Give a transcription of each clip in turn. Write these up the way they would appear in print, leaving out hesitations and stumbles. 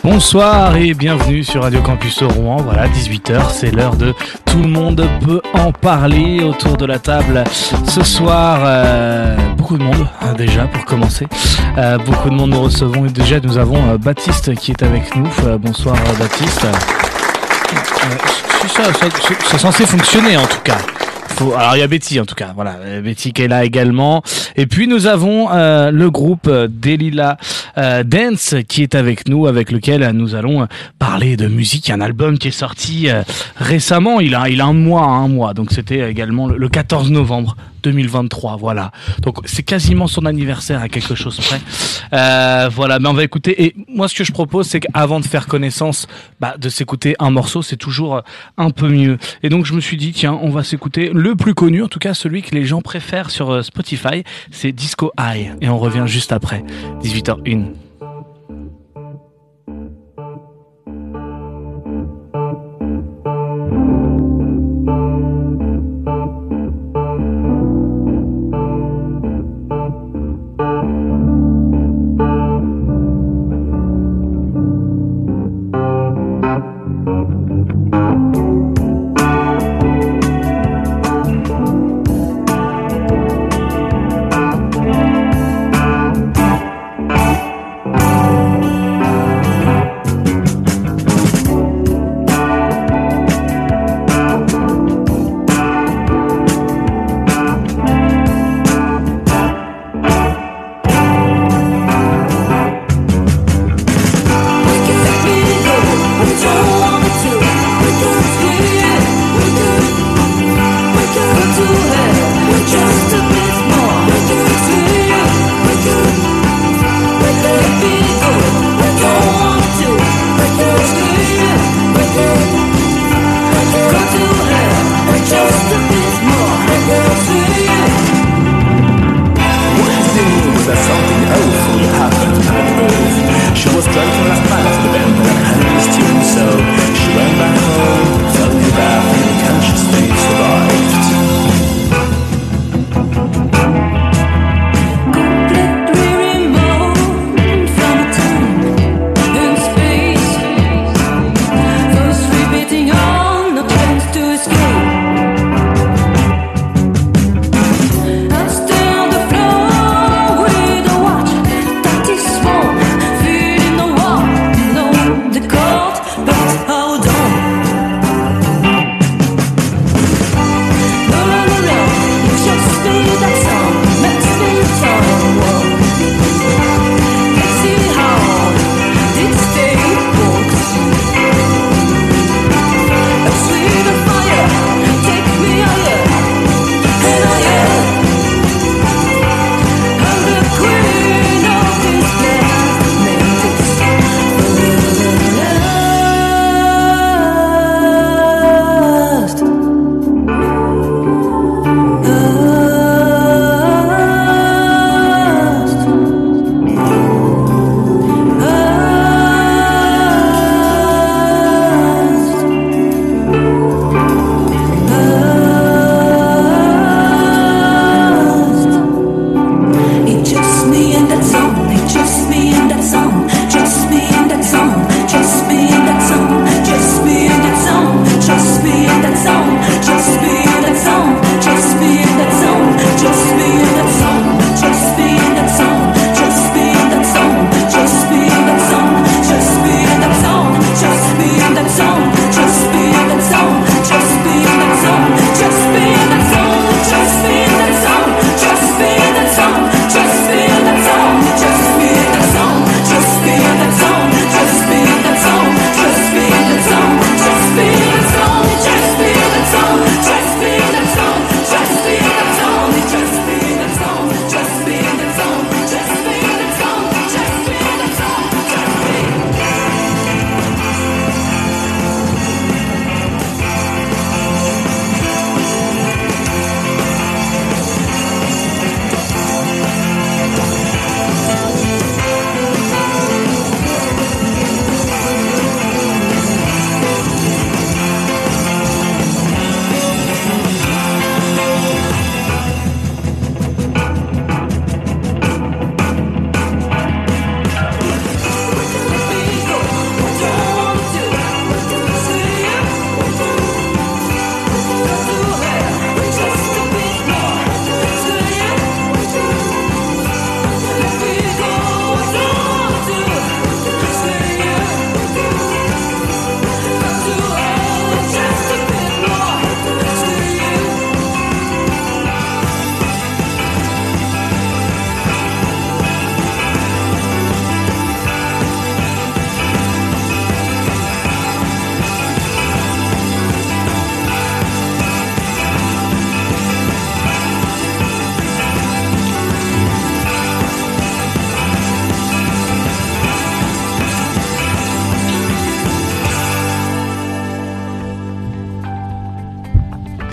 Bonsoir et bienvenue sur Radio Campus Rouen. Voilà, 18h, c'est l'heure de Tout le monde peut en parler autour de la table. Ce soir, beaucoup de monde déjà pour commencer. Beaucoup de monde nous recevons et déjà nous avons Baptiste qui est avec nous. Bonsoir Baptiste. C'est censé fonctionner en tout cas. Alors il y a Betty en tout cas, voilà, Betty qui est là également. Et puis nous avons le groupe Delilah Dance qui est avec nous, avec lequel nous allons parler de musique. Il y a un album qui est sorti récemment, il a un mois, donc c'était également le 14 novembre 2023, voilà. Donc c'est quasiment son anniversaire à quelque chose près. Voilà, mais on va écouter. Et moi, ce que je propose, c'est qu'avant de faire connaissance, de s'écouter un morceau, c'est toujours un peu mieux. Et donc je me suis dit, tiens, on va s'écouter le plus connu, en tout cas celui que les gens préfèrent sur Spotify, c'est Disco High. Et on revient juste après, 18h01.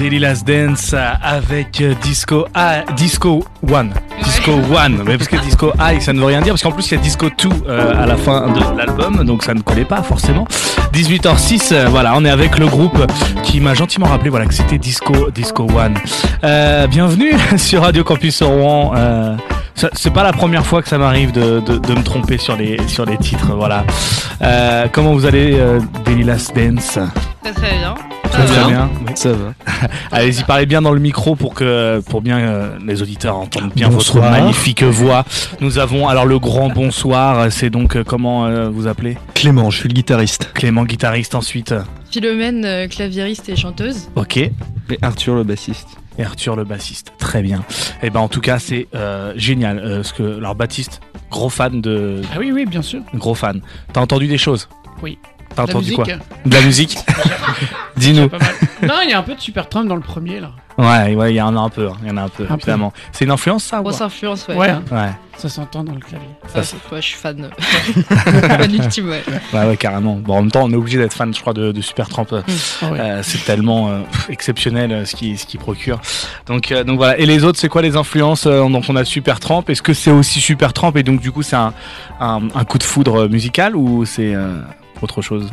Daily Last Dance avec Disco One. Disco One, mais parce que Disco High ça ne veut rien dire, parce qu'en plus il y a Disco 2 à la fin de l'album, donc ça ne collait pas forcément. 18h06, voilà, on est avec le groupe qui m'a gentiment rappelé voilà, que c'était Disco One. Bienvenue sur Radio Campus Rouen. C'est pas la première fois que ça m'arrive de me tromper sur les titres, voilà. Comment vous allez, Daily Last Dance? Très bien. Très bien. Oui. Ça va. Allez-y, parlez bien dans le micro pour bien les auditeurs entendent bien bonsoir. Votre magnifique voix. Nous avons alors le grand bonsoir. C'est donc comment vous appelez? Clément, je suis le guitariste. Clément, guitariste ensuite. Philomène, claviériste et chanteuse. Ok. Et Arthur, le bassiste. Et Arthur le bassiste, très bien. Et ben en tout cas c'est génial. Parce que alors Baptiste, gros fan de. Ah oui, bien sûr. Gros fan. T'as entendu des choses? Oui. T'as entendu musique. quoi? De la musique. Dis-nous. Pas mal. Non, il y a un peu de Supertramp dans le premier là. Ouais, il y en a un peu, évidemment. C'est une influence ça? Grosse influence, ouais. Ouais. Ouais. Ça s'entend dans le clavier. Ouais, je suis fan. Fan ultime, ouais. Ouais, carrément. Bon, en même temps, on est obligé d'être fan, je crois, de Supertramp. Ah ouais. C'est tellement exceptionnel ce qui procure. Donc voilà. Et les autres, c'est quoi les influences? Donc on a Supertramp. Est-ce que c'est aussi Supertramp et donc du coup c'est un coup de foudre musical ou c'est autre chose?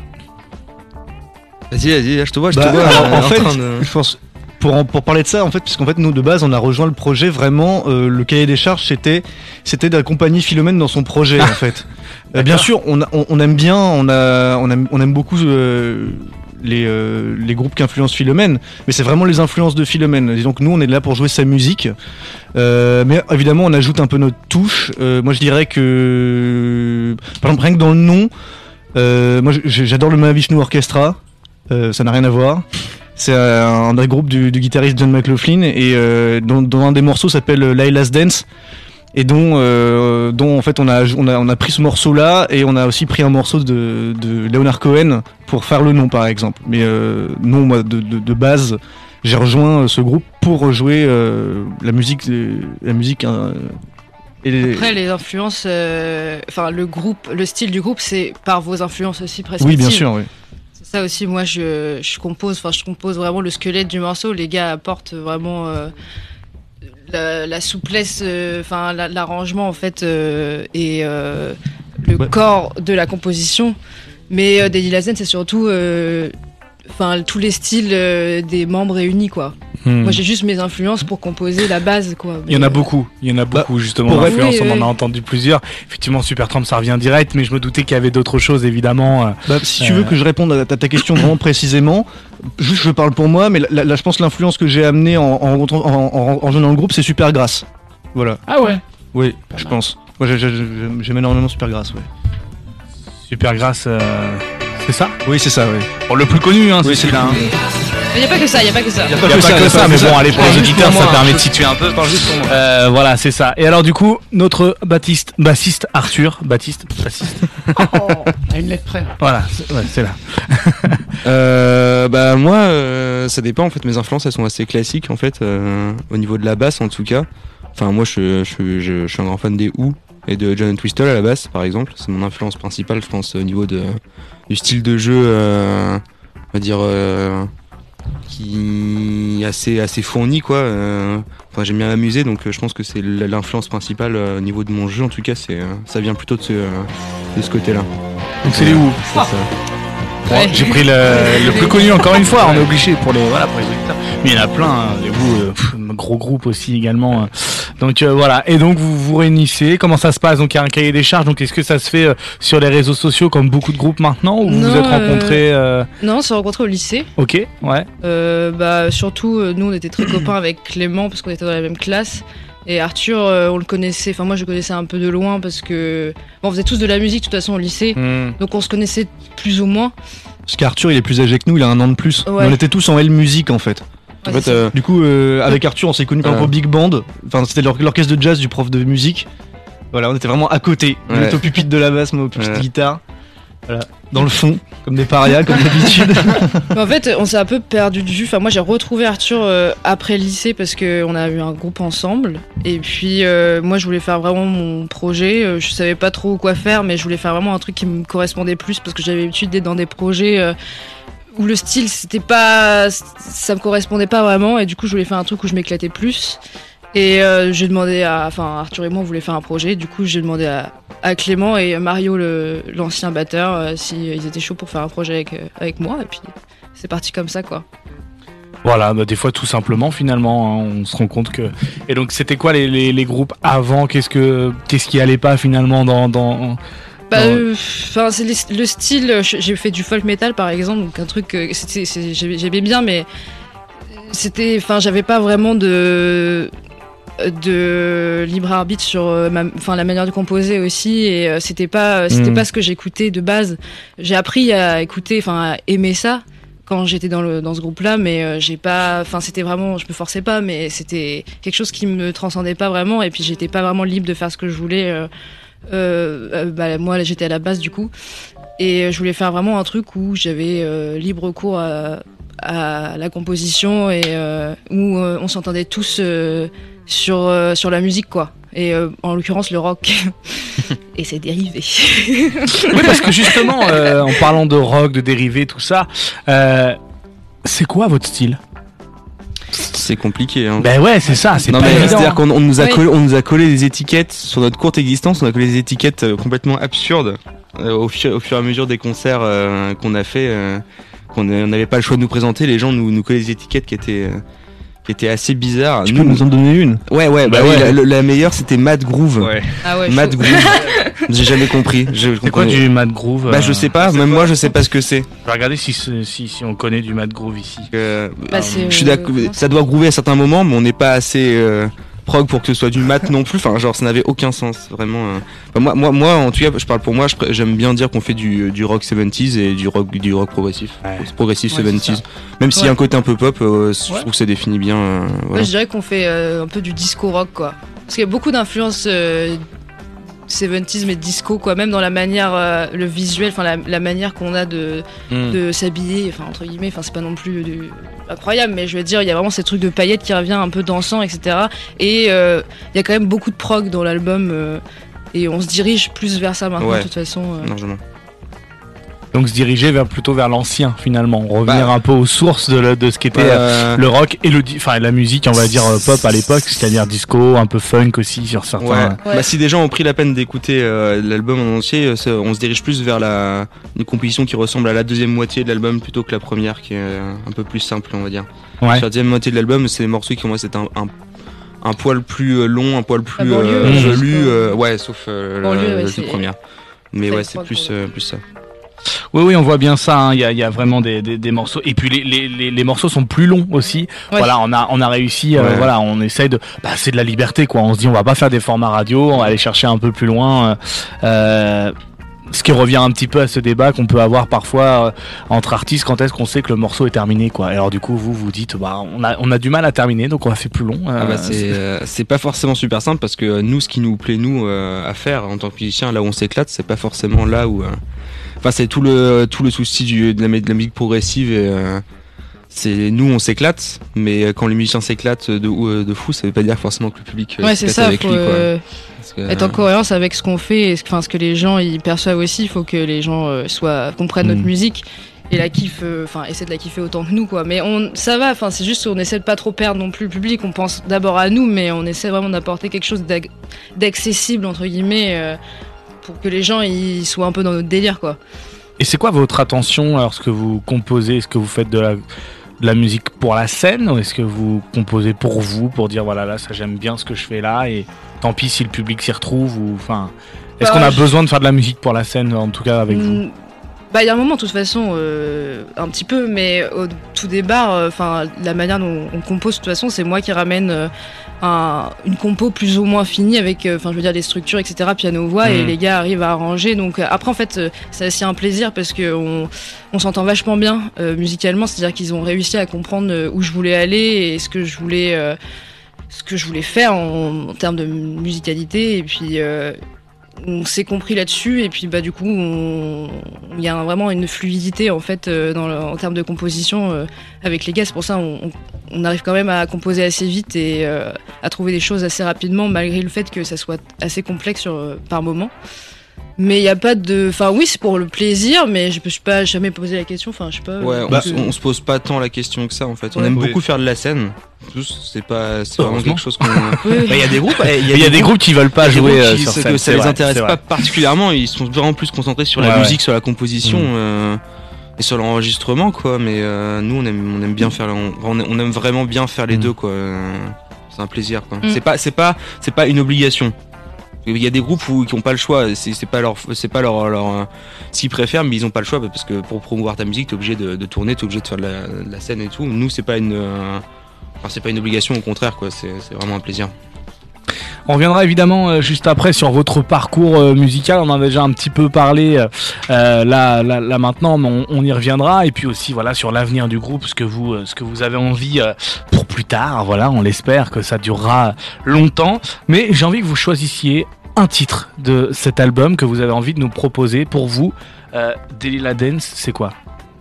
Vas-y, je te vois, alors, en fait, je pense pour parler de ça, en fait, parce qu'en fait, nous de base, on a rejoint le projet vraiment. Le cahier des charges, c'était d'accompagner Philomène dans son projet, en fait. Bien sûr, on aime bien, on aime beaucoup les groupes qui influencent Philomène, mais c'est vraiment les influences de Philomène. Disons que nous, on est là pour jouer sa musique, mais évidemment, on ajoute un peu notre touche. Moi, je dirais que, par exemple, rien que dans le nom, moi, j'adore le Mahavishnu Orchestra. Ça n'a rien à voir. C'est un des groupes du guitariste John McLaughlin et dont un des morceaux s'appelle Laila's Dance et dont en fait on a pris ce morceau là et on a aussi pris un morceau de Leonard Cohen pour faire le nom par exemple. Mais non, moi de base j'ai rejoint ce groupe pour jouer la musique. Après les influences, le style du groupe, c'est par vos influences aussi presque. Oui, bien sûr, oui. C'est ça aussi, moi je compose vraiment le squelette du morceau. Les gars apportent vraiment la souplesse, l'arrangement en fait et le corps de la composition. Mais Daily Last Dance, c'est surtout tous les styles des membres réunis quoi. Moi j'ai juste mes influences pour composer la base quoi. Il y en a beaucoup justement d'influences, on en a entendu plusieurs. Effectivement Supertramp ça revient direct, mais je me doutais qu'il y avait d'autres choses évidemment. Si tu veux que je réponde à ta question vraiment précisément, juste je parle pour moi, mais là je pense que l'influence que j'ai amenée en jouant dans le groupe c'est Supergrass. Voilà. Ah ouais. Oui, je pense. Moi j'aime énormément Supergrass, ouais. Supergrass, c'est ça? Oui, c'est ça, oui. Bon, le plus connu, oui, c'est là. Il n'y a pas que ça. Il n'y a pas que ça, mais bon, allez, pour les auditeurs, ça permet de situer un peu. Voilà, c'est ça. Et alors, du coup, notre bassiste Arthur, bassiste. À une lettre près. Voilà, c'est là. Moi, ça dépend, en fait, mes influences, elles sont assez classiques, en fait, au niveau de la basse, en tout cas. Enfin, moi, je suis un grand fan des Who et de John Entwistle à la basse, par exemple. C'est mon influence principale, je pense, au niveau du style de jeu, on va dire, qui est assez fourni, quoi. J'aime bien m'amuser, donc je pense que c'est l'influence principale au niveau de mon jeu, en tout cas, ça vient plutôt de ce côté-là. Donc c'est les Who. C'est ça. Ouais. J'ai pris le plus connu encore une fois, on est obligé pour les auditeurs. Mais il y en a plein, les Who, gros groupe aussi également. Donc voilà, et donc vous vous réunissez, comment ça se passe? Donc il y a un cahier des charges, donc est-ce que ça se fait sur les réseaux sociaux comme beaucoup de groupes maintenant ou vous vous êtes rencontrés Non, on s'est rencontrés au lycée. Ok, ouais. Surtout, nous on était très copains avec Clément parce qu'on était dans la même classe. Et Arthur, on le connaissait, moi je le connaissais un peu de loin parce que on faisait tous de la musique de toute façon au lycée, donc on se connaissait plus ou moins. Parce qu'Arthur il est plus âgé que nous, il a un an de plus. Ouais. On était tous en L musique en fait. Ouais, en fait du coup, avec Arthur on s'est connus par exemple au Big Band, c'était l'orchestre de jazz du prof de musique. Voilà, on était vraiment à côté. On était au pupitre de la basse, moi au pupitre de guitare. Voilà. Dans le fond, comme des parias, comme d'habitude. En fait, on s'est un peu perdu de vue. Enfin, moi, j'ai retrouvé Arthur après le lycée parce qu'on a eu un groupe ensemble. Et puis, moi, je voulais faire vraiment mon projet. Je savais pas trop quoi faire, mais je voulais faire vraiment un truc qui me correspondait plus parce que j'avais l'habitude d'être dans des projets où le style ça me correspondait pas vraiment, et du coup je voulais faire un truc où je m'éclatais plus. Et j'ai demandé Arthur et moi on voulait faire un projet, du coup j'ai demandé à Clément et Mario l'ancien batteur s'ils étaient chauds pour faire un projet avec moi, et puis c'est parti comme ça quoi. Voilà, des fois tout simplement finalement, on se rend compte que... Et donc c'était quoi les groupes avant? Qu'est-ce qui allait pas finalement dans... c'est le style, j'ai fait du folk metal par exemple, donc un truc j'aimais bien, mais j'avais pas vraiment de libre arbitre sur la manière de composer aussi, et c'était pas ce que j'écoutais de base. J'ai appris à écouter, à aimer ça quand j'étais dans ce groupe-là, mais c'était vraiment, je me forçais pas, mais c'était quelque chose qui me transcendait pas vraiment, et puis j'étais pas vraiment libre de faire ce que je voulais. Moi, j'étais à la base du coup, et je voulais faire vraiment un truc où j'avais libre cours à la composition, et où on s'entendait tous sur la musique quoi. Et en l'occurrence le rock et ses dérivés. Oui, parce que justement, en parlant de rock, de dérivés, tout ça, c'est quoi votre style? C'est compliqué. Hein. Ben ouais, c'est ça, c'est non, pas mais évident. C'est-à-dire qu'on nous a collé des étiquettes sur notre courte existence, on a collé des étiquettes complètement absurdes au fur et à mesure des concerts qu'on a fait, qu'on n'avait pas le choix de nous présenter. Les gens nous collaient des étiquettes qui étaient assez bizarres. Tu peux nous en donner une? Ouais, ouais. La meilleure c'était Mad Groove. Ouais. Ah ouais, Mad Groove. J'ai jamais compris. C'est quoi du Mad Groove? Je sais pas, même moi je sais pas ce que c'est. Je vais regarder si on connaît du Mad Groove ici. Je suis d'accord, ça doit groover à certains moments, mais on n'est pas assez prog pour que ce soit du mat non plus. Ça n'avait aucun sens, vraiment. Moi, en tout cas, je parle pour moi, j'aime bien dire qu'on fait du rock 70s et du rock progressif. Ouais. Progressif Ouais, 70s. Même s'il y a un côté un peu pop, je trouve que ça définit bien. Voilà. Ouais, je dirais qu'on fait un peu du disco rock quoi. Parce qu'il y a beaucoup d'influences 70s mais disco quoi, même dans la manière, le visuel, la manière qu'on a de s'habiller, entre guillemets, c'est pas non plus incroyable, mais je veux dire, il y a vraiment ces trucs de paillettes qui revient un peu dansant, etc. Et il y a quand même beaucoup de prog dans l'album, et on se dirige plus vers ça maintenant, de toute façon. Largement. Donc se diriger plutôt vers l'ancien finalement, revenir un peu aux sources de ce qu'était le rock et la musique, on va dire pop à l'époque, c'est-à-dire disco, un peu funk aussi sur certains. Ouais. Si des gens ont pris la peine d'écouter l'album en entier, on se dirige plus vers une composition qui ressemble à la deuxième moitié de l'album plutôt que la première, qui est un peu plus simple, on va dire. Ouais. Sur la deuxième moitié de l'album, c'est des morceaux qui commencent à être un poil plus long, un poil plus joli, sauf la première. Mais ouais, c'est plus ça. Oui, on voit bien ça. Hein. Il y a vraiment des morceaux. Et puis les morceaux sont plus longs aussi. Ouais. Voilà, on a réussi. On essaye de. C'est de la liberté, quoi. On se dit, on va pas faire des formats radio. On va aller chercher un peu plus loin. Ce qui revient un petit peu à ce débat qu'on peut avoir parfois entre artistes. Quand est-ce qu'on sait que le morceau est terminé, quoi. Alors du coup, vous dites, on a du mal à terminer, donc on va faire plus long. C'est pas forcément super simple, parce que nous, ce qui nous plaît à faire en tant que musicien, là où on s'éclate, c'est pas forcément là où. C'est tout le souci de la musique progressive, et c'est nous on s'éclate, mais quand les musiciens s'éclatent de fou, ça veut pas dire forcément que le public s'éclate avec lui, quoi. Être en cohérence avec ce qu'on fait, et ce que les gens ils perçoivent aussi. Il faut que les gens comprennent notre musique et la kiffent, essaient de la kiffer autant que nous, quoi. Mais ça va, c'est juste qu'on essaie de pas trop perdre non plus le public. On pense d'abord à nous, mais on essaie vraiment d'apporter quelque chose d'accessible entre guillemets, pour que les gens ils soient un peu dans notre délire, quoi. Et c'est quoi votre attention lorsque vous composez? Est-ce que vous faites de la musique pour la scène, ou est-ce que vous composez pour vous, pour dire voilà, là ça j'aime bien ce que je fais là, et tant pis si le public s'y retrouve, ou est-ce qu'on a besoin de faire de la musique pour la scène, en tout cas avec vous? Il y a un moment de toute façon, un petit peu, mais au tout départ, la manière dont on compose de toute façon, c'est moi qui ramène une compo plus ou moins finie avec, les structures, etc., piano-voix, et les gars arrivent à arranger. Donc après, en fait, c'est aussi un plaisir, parce que on s'entend vachement bien musicalement, c'est-à-dire qu'ils ont réussi à comprendre où je voulais aller et ce que je voulais faire en termes de musicalité, et puis on s'est compris là-dessus, et puis du coup il y a vraiment une fluidité en fait en termes de composition avec les gars. C'est pour ça on arrive quand même à composer assez vite et à trouver des choses assez rapidement, malgré le fait que ça soit assez complexe par moment. Mais il y a pas de, enfin oui, c'est pour le plaisir, mais je me suis pas jamais posé la question. Enfin, je sais pas. Ouais, on se pose pas tant la question que ça en fait. On aime beaucoup faire de la scène. Tous, c'est vraiment quelque chose qu'on. Il y a des groupes, il y a des groupes qui veulent pas jouer sur scène. Ça les intéresse pas particulièrement. Ils sont vraiment plus concentrés sur la musique, sur la composition et sur l'enregistrement, quoi. Mais nous, on aime bien faire, on aime vraiment bien faire les deux, quoi. C'est un plaisir, quoi. C'est pas une obligation. Il y a des groupes qui ont pas le choix, c'est pas leur s'ils préfèrent, mais ils ont pas le choix parce que pour promouvoir ta musique, t'es obligé de tourner, t'es obligé de faire de la scène et tout. Nous, c'est pas une obligation, au contraire, quoi. C'est vraiment un plaisir. On reviendra évidemment juste après sur votre parcours musical. On en a déjà un petit peu parlé là maintenant, mais on y reviendra. Et puis aussi voilà sur l'avenir du groupe, ce que vous avez envie pour plus tard. Voilà, on l'espère que ça durera longtemps. Mais j'ai envie que vous choisissiez un titre de cet album que vous avez envie de nous proposer. Pour vous, Delilah Dance, c'est quoi?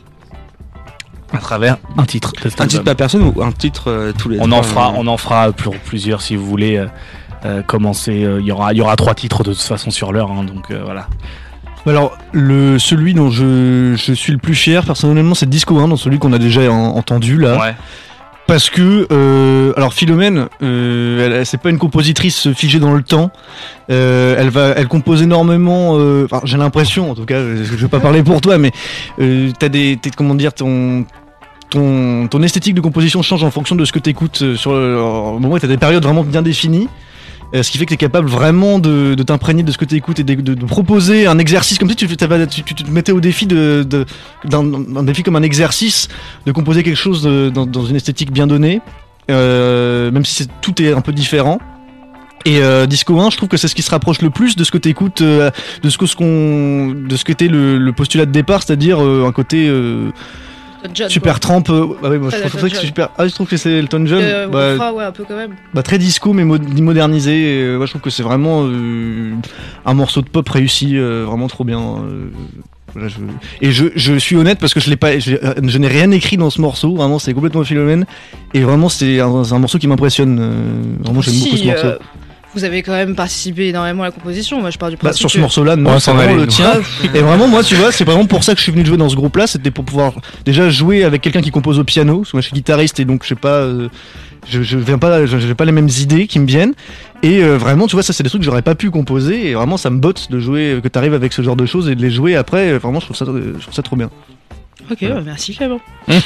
À travers un titre de cet album. Un titre par personne ou un titre tous les. On en fera plusieurs si vous voulez. Commencer, il y aura 3 titres de toute façon sur l'heure, hein, donc voilà. Alors celui dont je suis le plus fier personnellement, c'est Disco 1, dans celui qu'on a déjà entendu là. Ouais. Parce que alors Philomène, c'est pas une compositrice figée dans le temps. Elle compose énormément. J'ai l'impression, en tout cas, je vais pas parler pour toi, mais comment dire, ton esthétique de composition change en fonction de ce que t'écoutes. Au moment où t'as des périodes vraiment bien définies. Ce qui fait que tu es capable vraiment de t'imprégner de ce que tu écoutes et de proposer un exercice comme si tu te mettais au défi d'un défi comme un exercice de composer quelque chose dans une esthétique bien donnée, même si tout est un peu différent. Et Disco 1, je trouve que c'est ce qui se rapproche le plus de ce que tu écoutes, de ce qu'était le postulat de départ, c'est-à-dire un côté John, super tramp. Je trouve que c'est Elton John. Ouais, un peu quand même. Très disco mais modernisé. Je trouve que c'est vraiment un morceau de pop réussi, vraiment trop bien. Et je suis honnête parce que je n'ai rien écrit dans ce morceau. Vraiment, c'est complètement Philomène. Et vraiment, c'est un morceau qui m'impressionne. Vraiment, j'aime beaucoup ce morceau. Vous avez quand même participé énormément à la composition. Moi, je pars du principe. Sur ce morceau-là, non, c'est vraiment le tien. Et vraiment, moi, tu vois, c'est vraiment pour ça que je suis venu jouer dans ce groupe-là. C'était pour pouvoir déjà jouer avec quelqu'un qui compose au piano. Parce que moi, je suis guitariste et donc je sais pas. J'ai pas les mêmes idées qui me viennent. Et vraiment, tu vois, ça, c'est des trucs que j'aurais pas pu composer. Et vraiment, ça me botte de jouer, que t'arrives avec ce genre de choses et de les jouer après. Vraiment, je trouve ça trop bien. Ok, merci Clément.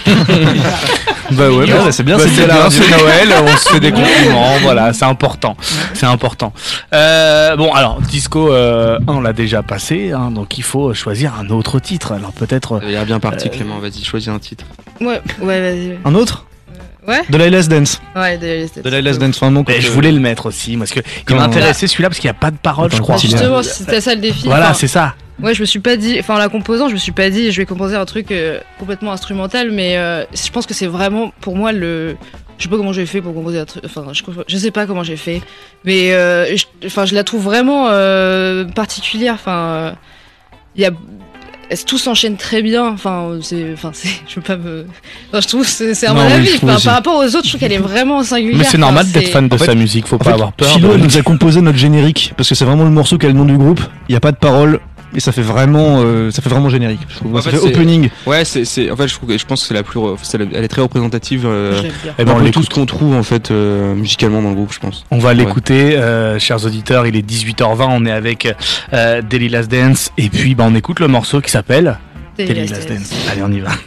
C'est bien, c'est Noël, on se fait des compliments, voilà, c'est important. Bon, alors, Disco 1, on l'a déjà passé, hein, donc il faut choisir un autre titre. Alors peut-être. Il est bien parti, Clément, vas-y, choisis un titre. Ouais, vas-y. Un autre? Ouais. De la Last Dance. Ouais, de la Last Dance, vraiment. Je voulais le mettre aussi, parce que il m'intéressait celui-là, parce qu'il n'y a pas de parole, je crois. Justement, c'était ça le défi. Voilà, c'est ça. Ouais, je me suis pas dit, en la composant, je me suis pas dit, je vais composer un truc complètement instrumental, mais je pense que c'est vraiment, pour moi, je sais pas comment j'ai fait pour composer un truc, je sais pas comment j'ai fait, mais je la trouve vraiment particulière, tout s'enchaîne très bien, je veux pas me, je trouve, c'est à mon avis, par rapport aux autres, je trouve qu'elle est vraiment singulière. Mais c'est normal d'être fan de sa musique, faut pas avoir peur. Philo, elle nous a composé notre générique, parce que c'est vraiment le morceau qui a le nom du groupe, il y a pas de paroles. Et ça fait vraiment générique. Je trouve. Ça fait opening. Ouais, en fait, je pense que elle est très représentative. De tout ce qu'on trouve en fait musicalement dans le groupe, je pense. On va l'écouter, chers auditeurs. Il est 18h20. On est avec Delilah's Dance, et puis on écoute le morceau qui s'appelle Delilah's Dance. Allez, on y va.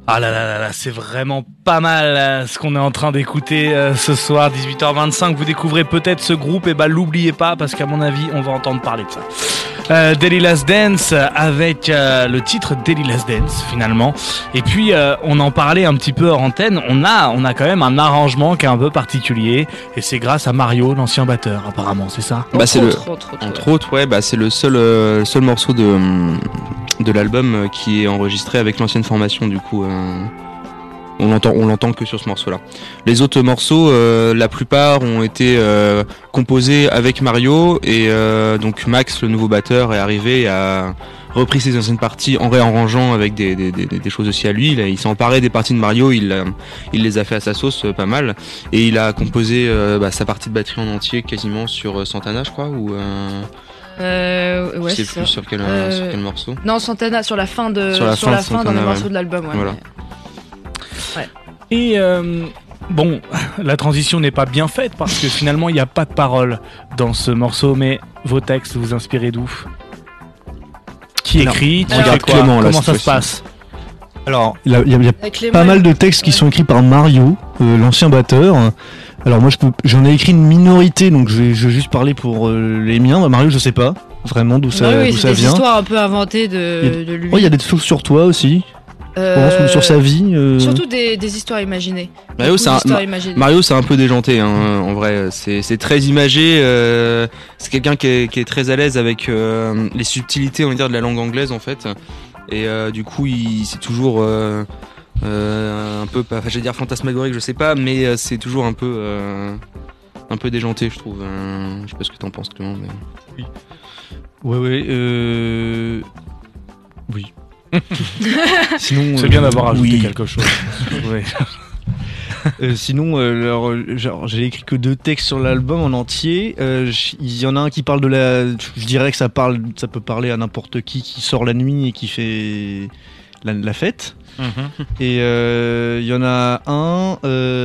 Ah là là là là, c'est vraiment pas mal ce qu'on est en train d'écouter ce soir, 18h25. Vous découvrez peut-être ce groupe, et l'oubliez pas parce qu'à mon avis, on va entendre parler de ça. Daily Last Dance avec le titre Daily Last Dance finalement. Et puis on en parlait un petit peu hors antenne. On a quand même un arrangement qui est un peu particulier et c'est grâce à Mario, l'ancien batteur apparemment, c'est ça? C'est Entre autres, ouais, c'est le seul morceau de l'album qui est enregistré avec l'ancienne formation, du coup on l'entend que sur ce morceau-là. Les autres morceaux, la plupart ont été composés avec Mario et donc Max, le nouveau batteur, est arrivé et a repris ses anciennes parties en réarrangeant avec des choses aussi à lui. Il s'est emparé des parties de Mario, il les a fait à sa sauce pas mal et il a composé sa partie de batterie en entier quasiment sur Santana, je crois, ou ouais, je sais c'est plus ça. sur quel morceau. Non, Santana sur la fin dans Santana, les ouais. morceaux de l'album. Ouais, Voilà. Et bon, la transition n'est pas bien faite parce que finalement il n'y a pas de paroles dans ce morceau, mais vos textes vous inspirez d'où? Qui écrit? Tu fais quoi? Clément, là, Comment cette ça se passe? Alors, il y a Avec les pas mains. mal de textes qui Ouais. sont écrits par Mario, l'ancien batteur. Alors moi j'en ai écrit une minorité, donc je vais juste parler pour les miens. Mario, je sais pas vraiment d'où ça, Oui, d'où c'est ça des vient. histoires un peu inventées de lui. Oh, il y a des choses sur toi aussi, sur sa vie. Surtout des histoires imaginées. Mario, Beaucoup d'histoires imaginées. Mario, c'est un peu déjanté, hein, en vrai. C'est très imagé. C'est quelqu'un qui est très à l'aise avec les subtilités, on va dire, de la langue anglaise, en fait. Et du coup, c'est toujours un peu, je vais dire fantasmagorique, je sais pas, mais c'est toujours un peu déjanté, je trouve. Je sais pas ce que t'en penses, Clément. Mais... Oui. Sinon, C'est bien d'avoir ajouté oui. quelque chose. Ouais. Sinon, j'ai écrit que 2 textes sur l'album en entier. Il y en a un qui parle je dirais que ça peut parler à n'importe qui sort la nuit et qui fait la fête. Et il y en a un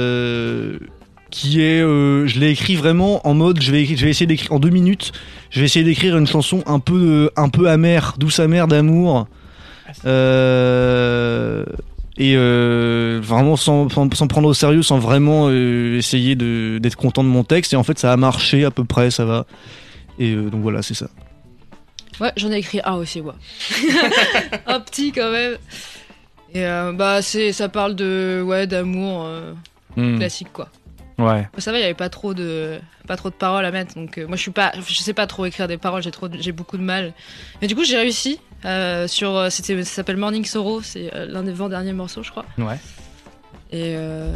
qui est, je l'ai écrit vraiment en mode, je vais essayer d'écrire en 2 minutes. Je vais essayer d'écrire une chanson un peu amère, douce amère d'amour. Et vraiment sans prendre au sérieux, sans vraiment essayer d'être content de mon texte. Et en fait, ça a marché à peu près, ça va. Et donc voilà, c'est ça. Ouais, j'en ai écrit un aussi, moi. Un petit quand même. Et ça parle d'amour classique, quoi. Ouais. Ça va, il y avait pas trop de paroles à mettre, donc moi je sais pas trop écrire des paroles, j'ai beaucoup de mal. Mais du coup j'ai réussi ça s'appelle Morning Sorrow, c'est l'un des 20 derniers morceaux, je crois. Ouais. Et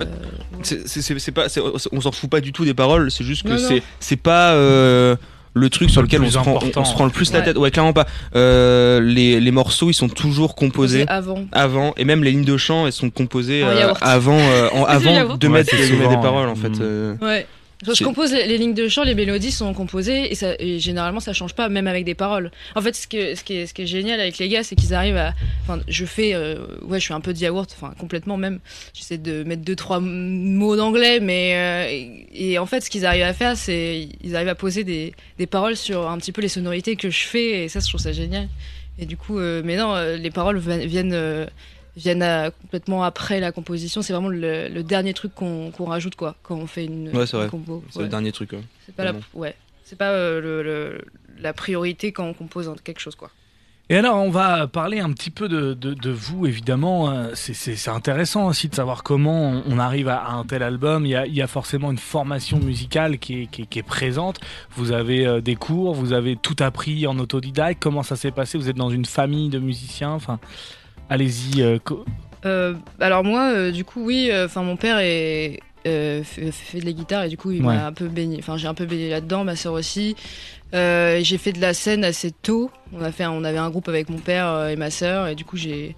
on s'en fout pas du tout des paroles, c'est juste que Non. c'est pas le truc sur lequel on se prend le plus la tête. Ouais, clairement pas. Les morceaux, ils sont toujours composés avant, et même les lignes de chant, elles sont composées avant de mettre des paroles, en fait. Ouais. Je compose les lignes de chant, les mélodies sont composées et généralement ça change pas, même avec des paroles. En fait, ce qui est génial avec les gars, c'est qu'ils arrivent à. Enfin, je suis un peu de yaourt, enfin complètement même. J'essaie de mettre 2-3 mots d'anglais, mais et en fait, ce qu'ils arrivent à faire, c'est ils arrivent à poser des paroles sur un petit peu les sonorités que je fais, et ça, je trouve ça génial. Et du coup, mais non, les paroles viennent complètement après la composition. C'est vraiment le dernier truc qu'on rajoute, quoi, quand on fait une compo. C'est le dernier truc. C'est pas c'est pas la priorité quand on compose quelque chose, quoi. Et alors, on va parler un petit peu de vous, évidemment. C'est intéressant aussi de savoir comment on arrive à un tel album. Il y a forcément une formation musicale qui est présente. Vous avez des cours, vous avez tout appris en autodidacte. Comment ça s'est passé? Vous êtes dans une famille de musiciens, enfin... Allez-y. Alors moi, du coup, oui. Enfin, mon père fait de la guitare et du coup, il m'a un peu baigné. Enfin, j'ai un peu baigné là-dedans. Ma sœur aussi. J'ai fait de la scène assez tôt. On avait un groupe avec mon père et ma sœur, et du coup, j'ai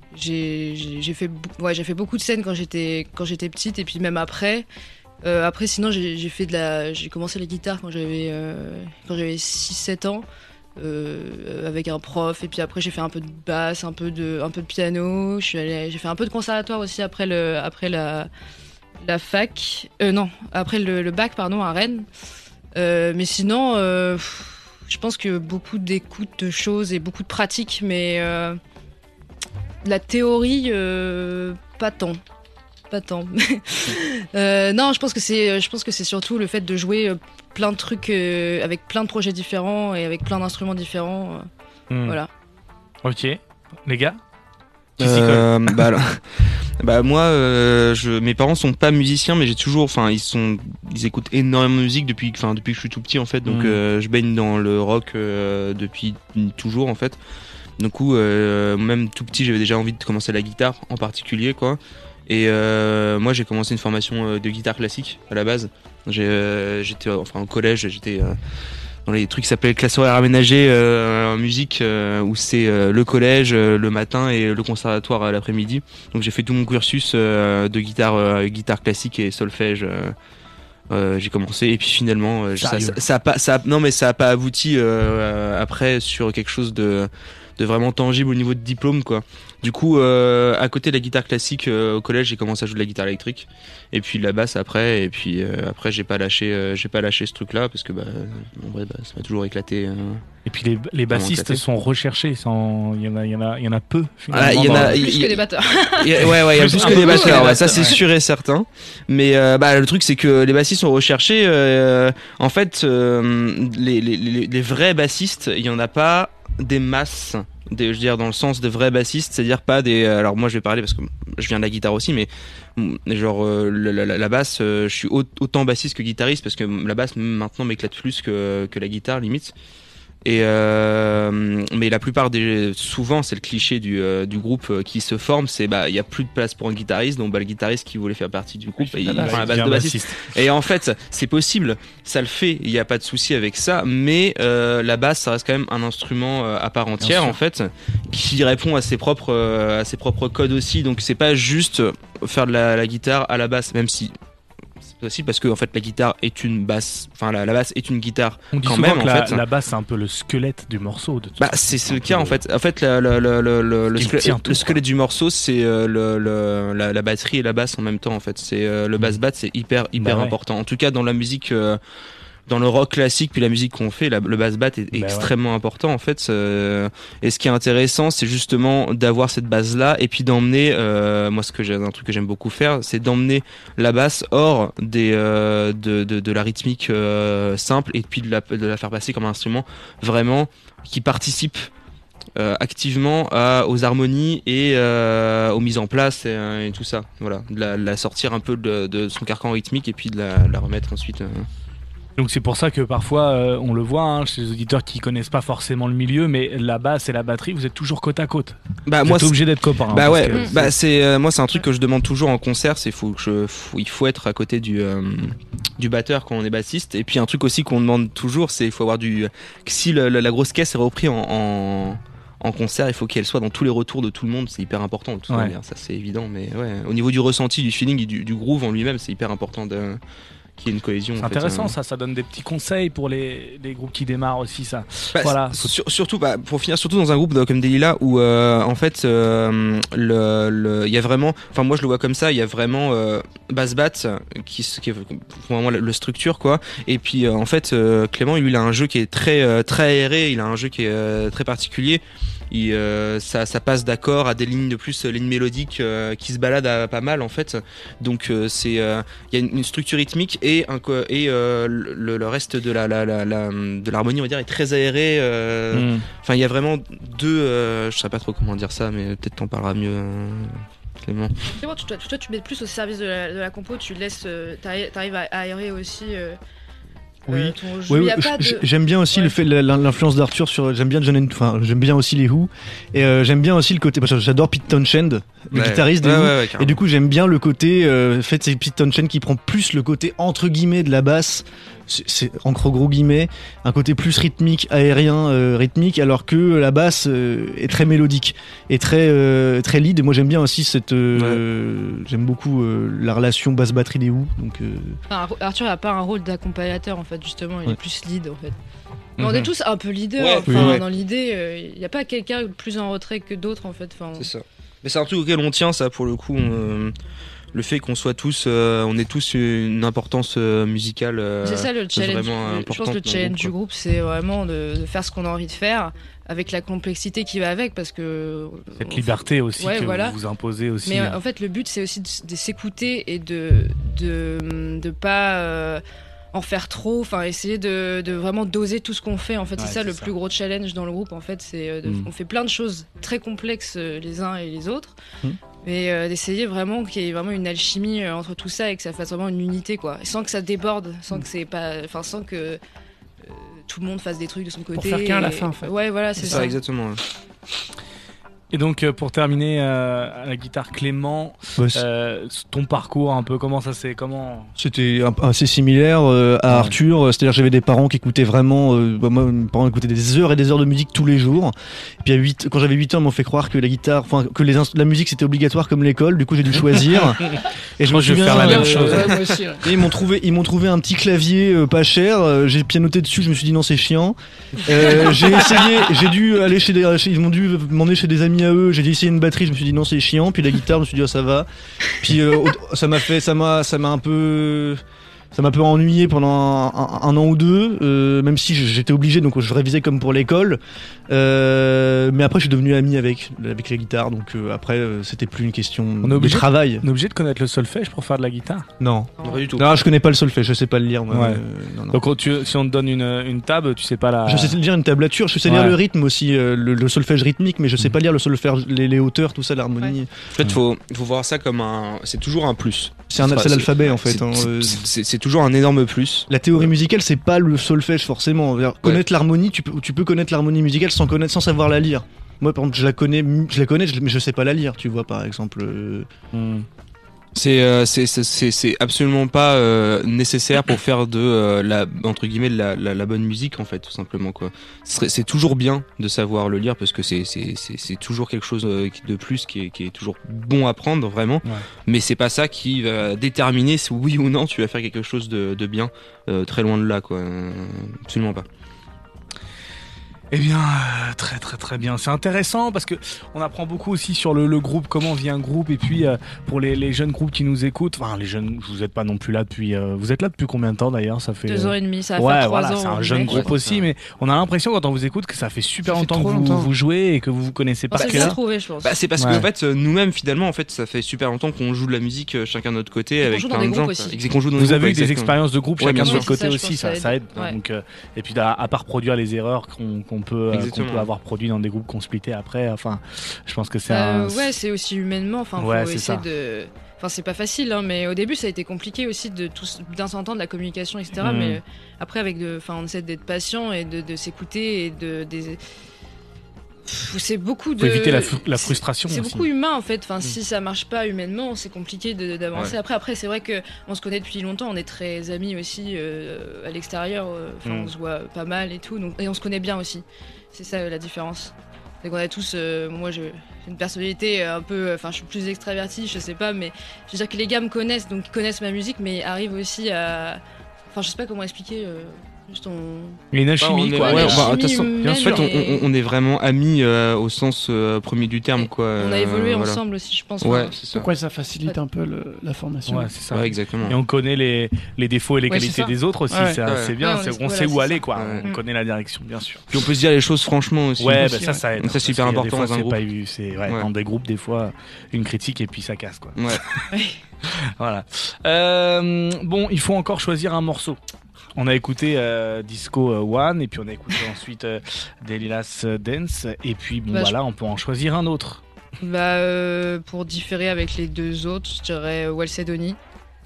fait beaucoup de scènes quand j'étais petite, et puis même après. Après, sinon, j'ai commencé la guitare quand j'avais 6-7 ans. Avec un prof, et puis après j'ai fait un peu de basse, un peu de piano. J'ai fait un peu de conservatoire aussi après la fac. Après le bac, pardon, à Rennes. Mais sinon, je pense que beaucoup d'écoute de choses et beaucoup de pratique, mais La théorie, pas tant. Non, je pense que c'est surtout le fait de jouer plein de trucs avec plein de projets différents et avec plein d'instruments différents. Voilà. Ok. Les gars qui s'y colle moi, mes parents sont pas musiciens, mais j'ai toujours, ils écoutent énormément de musique depuis que je suis tout petit en fait. Donc je baigne dans le rock depuis toujours en fait. Du coup, même tout petit, j'avais déjà envie de commencer la guitare en particulier quoi. Et moi, j'ai commencé une formation de guitare classique à la base. J'étais au collège, j'étais dans les trucs qui s'appelaient classe horaire aménagée en musique, où c'est le collège le matin et le conservatoire l'après-midi. Donc j'ai fait tout mon cursus de guitare classique et solfège. J'ai commencé et puis finalement ça a pas abouti après sur quelque chose de vraiment tangible au niveau de diplôme quoi. Du coup à côté de la guitare classique au collège, j'ai commencé à jouer de la guitare électrique et puis de la basse après, et puis après j'ai pas lâché ce truc là parce que en vrai ça m'a toujours éclaté. Et puis les bassistes sont recherchés, il y en a peu finalement. Il y en a plus que des batteurs. Il y a plus que des batteurs, ouais, ça c'est sûr et certain. Mais le truc c'est que les bassistes sont recherchés en fait les vrais bassistes, il y en a pas des masses, je veux dire dans le sens de vrais bassistes, c'est-à-dire pas des. Alors moi je vais parler parce que je viens de la guitare aussi, mais genre la basse, je suis autant bassiste que guitariste parce que la basse maintenant m'éclate plus que la guitare limite. Et mais la plupart souvent c'est le cliché du groupe qui se forme, c'est il y a plus de place pour un guitariste, donc le guitariste qui voulait faire partie du groupe il prend la base de bassiste. Et en fait c'est possible, ça le fait, il n'y a pas de souci avec ça, mais la basse ça reste quand même un instrument à part entière en fait, qui répond à ses propres codes aussi, donc c'est pas juste faire de la guitare à la basse, même si possible parce que en fait la guitare est une basse, la basse est une guitare. On dit quand souvent même que la basse c'est un peu le squelette du morceau de c'est le cas en fait. En fait le squelette du morceau c'est la batterie et la basse en même temps en fait. C'est le bass-bat, c'est hyper important. En tout cas dans la musique dans le rock classique puis la musique qu'on fait, le bass-bat est extrêmement important en fait. Et ce qui est intéressant, c'est justement d'avoir cette base là et puis d'emmener moi un truc que j'aime beaucoup faire, c'est d'emmener la basse hors de la rythmique simple, et puis de la faire passer comme un instrument vraiment qui participe activement aux harmonies et aux mises en place et tout ça. Voilà, de la sortir un peu de son carcan rythmique et puis de la remettre ensuite. Donc c'est pour ça que parfois on le voit chez les auditeurs qui connaissent pas forcément le milieu, mais la basse et la batterie, vous êtes toujours côte à côte. Vous êtes obligé d'être copains. C'est un truc que je demande toujours en concert, c'est il faut être à côté du batteur quand on est bassiste. Et puis un truc aussi qu'on demande toujours, c'est il faut avoir si la grosse caisse est reprise en concert, il faut qu'elle soit dans tous les retours de tout le monde, c'est hyper important de toute manière, ça c'est évident, mais au niveau du ressenti, du feeling et du groove en lui-même, c'est hyper important qu'il y ait une cohésion. C'est intéressant, ça donne des petits conseils pour les groupes qui démarrent aussi, ça. Voilà. Surtout, pour finir, surtout dans un groupe comme Delilah où en fait il y a vraiment, moi je le vois comme ça, il y a vraiment bass-bat qui est vraiment le structure quoi. Et puis en fait Clément lui il a un jeu qui est très très aéré, il a un jeu qui est très particulier. Ça passe d'accord à des lignes de plus, lignes mélodiques qui se baladent pas mal en fait. Donc il y a une structure rythmique et le reste de l'harmonie on va dire est très aéré. Il y a vraiment deux. Je sais pas trop comment dire ça, mais peut-être t'en parleras mieux. Clément. C'est bon, toi tu mets plus au service de la compo, tu laisses, t'arrives à aérer aussi. Oui, j'aime bien aussi le fait l'influence d'Arthur sur. J'aime bien aussi les Who et j'aime bien aussi le côté. Parce que j'adore Pete Townshend, le guitariste des Who, et du coup j'aime bien le côté. C'est Pete Townshend qui prend plus le côté entre guillemets de la basse. C'est entre gros guillemets un côté plus rythmique, aérien, rythmique, alors que la basse est très mélodique et très très lead. Et moi j'aime bien aussi j'aime beaucoup la relation basse-batterie des Who. Donc Arthur n'a pas un rôle d'accompagnateur en fait, justement, il est plus lead en fait. Mais on est tous un peu leader. Dans l'idée, il n'y a pas quelqu'un plus en retrait que d'autres en fait. C'est ça. Mais c'est un truc auquel on tient, ça pour le coup. Le fait qu'on soit tous, on ait tous une importance musicale. C'est ça le challenge. Je pense que le challenge du groupe, c'est vraiment de faire ce qu'on a envie de faire, avec la complexité qui va avec, parce que cette liberté aussi ouais, que voilà. vous imposez aussi. Mais en fait, le but, c'est aussi de s'écouter et de pas en faire trop. Enfin, essayer de vraiment doser tout ce qu'on fait. En fait, c'est ça le plus gros challenge dans le groupe. En fait, c'est on fait plein de choses très complexes les uns et les autres. Mais d'essayer vraiment qu'il y ait vraiment une alchimie entre tout ça et que ça fasse vraiment une unité, quoi. Et sans que ça déborde, sans que c'est pas, enfin, sans que tout le monde fasse des trucs de son côté. Pour faire qu'un à la fin, en fait. Ouais, voilà, c'est ça. Exactement. Ouais. Et donc pour terminer à la guitare, Clément, ton parcours un peu, comment ça s'est, comment C'était assez similaire à Arthur, c'est-à-dire j'avais des parents qui écoutaient vraiment, moi mes parents écoutaient des heures et des heures de musique tous les jours. Et puis quand j'avais 8 ans, ils m'ont fait croire que la guitare, enfin que la musique c'était obligatoire comme l'école, du coup j'ai dû choisir. Et je vais faire la même chose. Ouais, moi aussi, ouais. Et ils m'ont trouvé un petit clavier pas cher, j'ai pianoté dessus, je me suis dit non c'est chiant. J'ai essayé, j'ai dû aller ils m'ont dû m'emmener chez des amis à eux, j'ai dû essayer une batterie, je me suis dit non c'est chiant, puis la guitare je me suis dit oh, ça va. Puis ça m'a un peu ennuyé pendant un an ou deux, même si j'étais obligé, donc je révisais comme pour l'école. Mais après, je suis devenu ami avec la guitare, donc après, c'était plus une question de travail. On est obligé de connaître le solfège pour faire de la guitare? Non. Pas du tout. Non, je connais pas le solfège, je sais pas le lire. Moi. Ouais. Non. Donc si on te donne une table, tu sais pas la... Je sais lire une tablature, je sais lire le rythme aussi, le solfège rythmique, mais je sais pas lire le solfège, les hauteurs, tout ça, l'harmonie. Ouais. En fait, faut voir ça comme c'est toujours un plus. C'est l'alphabet en fait. C'est toujours un énorme plus. La théorie musicale, c'est pas le solfège forcément. Connaître l'harmonie, tu peux connaître l'harmonie musicale sans savoir la lire. Moi, par exemple, je la connais, mais je sais pas la lire. Tu vois, par exemple. C'est absolument pas nécessaire pour faire de entre guillemets la bonne musique en fait, tout simplement quoi. C'est toujours bien de savoir le lire parce que c'est toujours quelque chose de plus qui est toujours bon à prendre vraiment. Ouais. Mais c'est pas ça qui va déterminer si oui ou non tu vas faire quelque chose de bien, très loin de là quoi. Absolument pas. Eh bien, très très très bien. C'est intéressant parce que on apprend beaucoup aussi sur le groupe, comment vit un groupe, et puis pour les jeunes groupes qui nous écoutent, enfin les jeunes, vous êtes pas non plus là depuis. Vous êtes là depuis combien de temps d'ailleurs? Ça fait 2 ans et demi, ça va faire 3 ans. C'est un jeune groupe aussi, mais on a l'impression quand on vous écoute que ça fait super longtemps que vous jouez et que vous connaissez par cœur. Je pense. C'est parce que en fait nous-mêmes finalement en fait ça fait super longtemps qu'on joue de la musique chacun de notre côté avec plein de gens. Vous avez eu des expériences de groupe chacun de votre côté aussi, ça aide. Donc et puis à part produire les erreurs qu'on peut avoir produit dans des groupes qu'on splittait après, enfin je pense que c'est ouais, c'est aussi humainement, enfin faut essayer de, enfin c'est pas facile hein, mais au début ça a été compliqué aussi de bien s'entendre, la communication etc. Mais après on essaie d'être patient et de s'écouter et c'est beaucoup de... Faut éviter la frustration. C'est aussi. beaucoup humain en fait. Enfin, si ça marche pas humainement, c'est compliqué d'avancer. Ouais. Après, c'est vrai que on se connaît depuis longtemps. On est très amis aussi à l'extérieur. On se voit pas mal et tout. Donc, et on se connaît bien aussi. C'est ça la différence. C'est qu'on a tous. Moi, j'ai une personnalité un peu. Enfin, je suis plus extravertie, je sais pas, mais je veux dire que les gars me connaissent, donc ils connaissent ma musique, mais arrivent aussi à. Enfin, je sais pas comment expliquer. Il y a une alchimie quoi. En fait, on est vraiment amis au sens premier du terme quoi. On a évolué ensemble aussi, je pense. Ouais, c'est ça. Pourquoi ça facilite un peu la formation. Ouais, c'est ça. Ouais, exactement. Et on connaît les défauts et les qualités des autres aussi. C'est bien. On sait où aller quoi. On connaît la direction, bien sûr. Puis on peut se dire les choses franchement aussi. Ouais, ça aide. C'est super important dans un groupe. Dans des groupes, des fois, une critique et puis ça casse quoi. Ouais. Voilà. Bon, il faut encore choisir un morceau. On a écouté Disco One et puis on a écouté ensuite Delila's Dance et puis on peut en choisir un autre. Pour différer avec les deux autres, je dirais Walsedoni.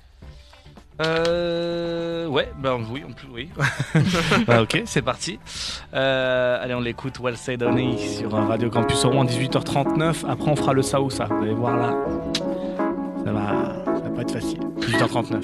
Oui. Ok, c'est parti. Allez, on l'écoute, Walsedoni sur Radio Campus Rouen 18h39. Après, on fera le ça ou ça. Vous allez voir là, ça va pas être facile. 18h39.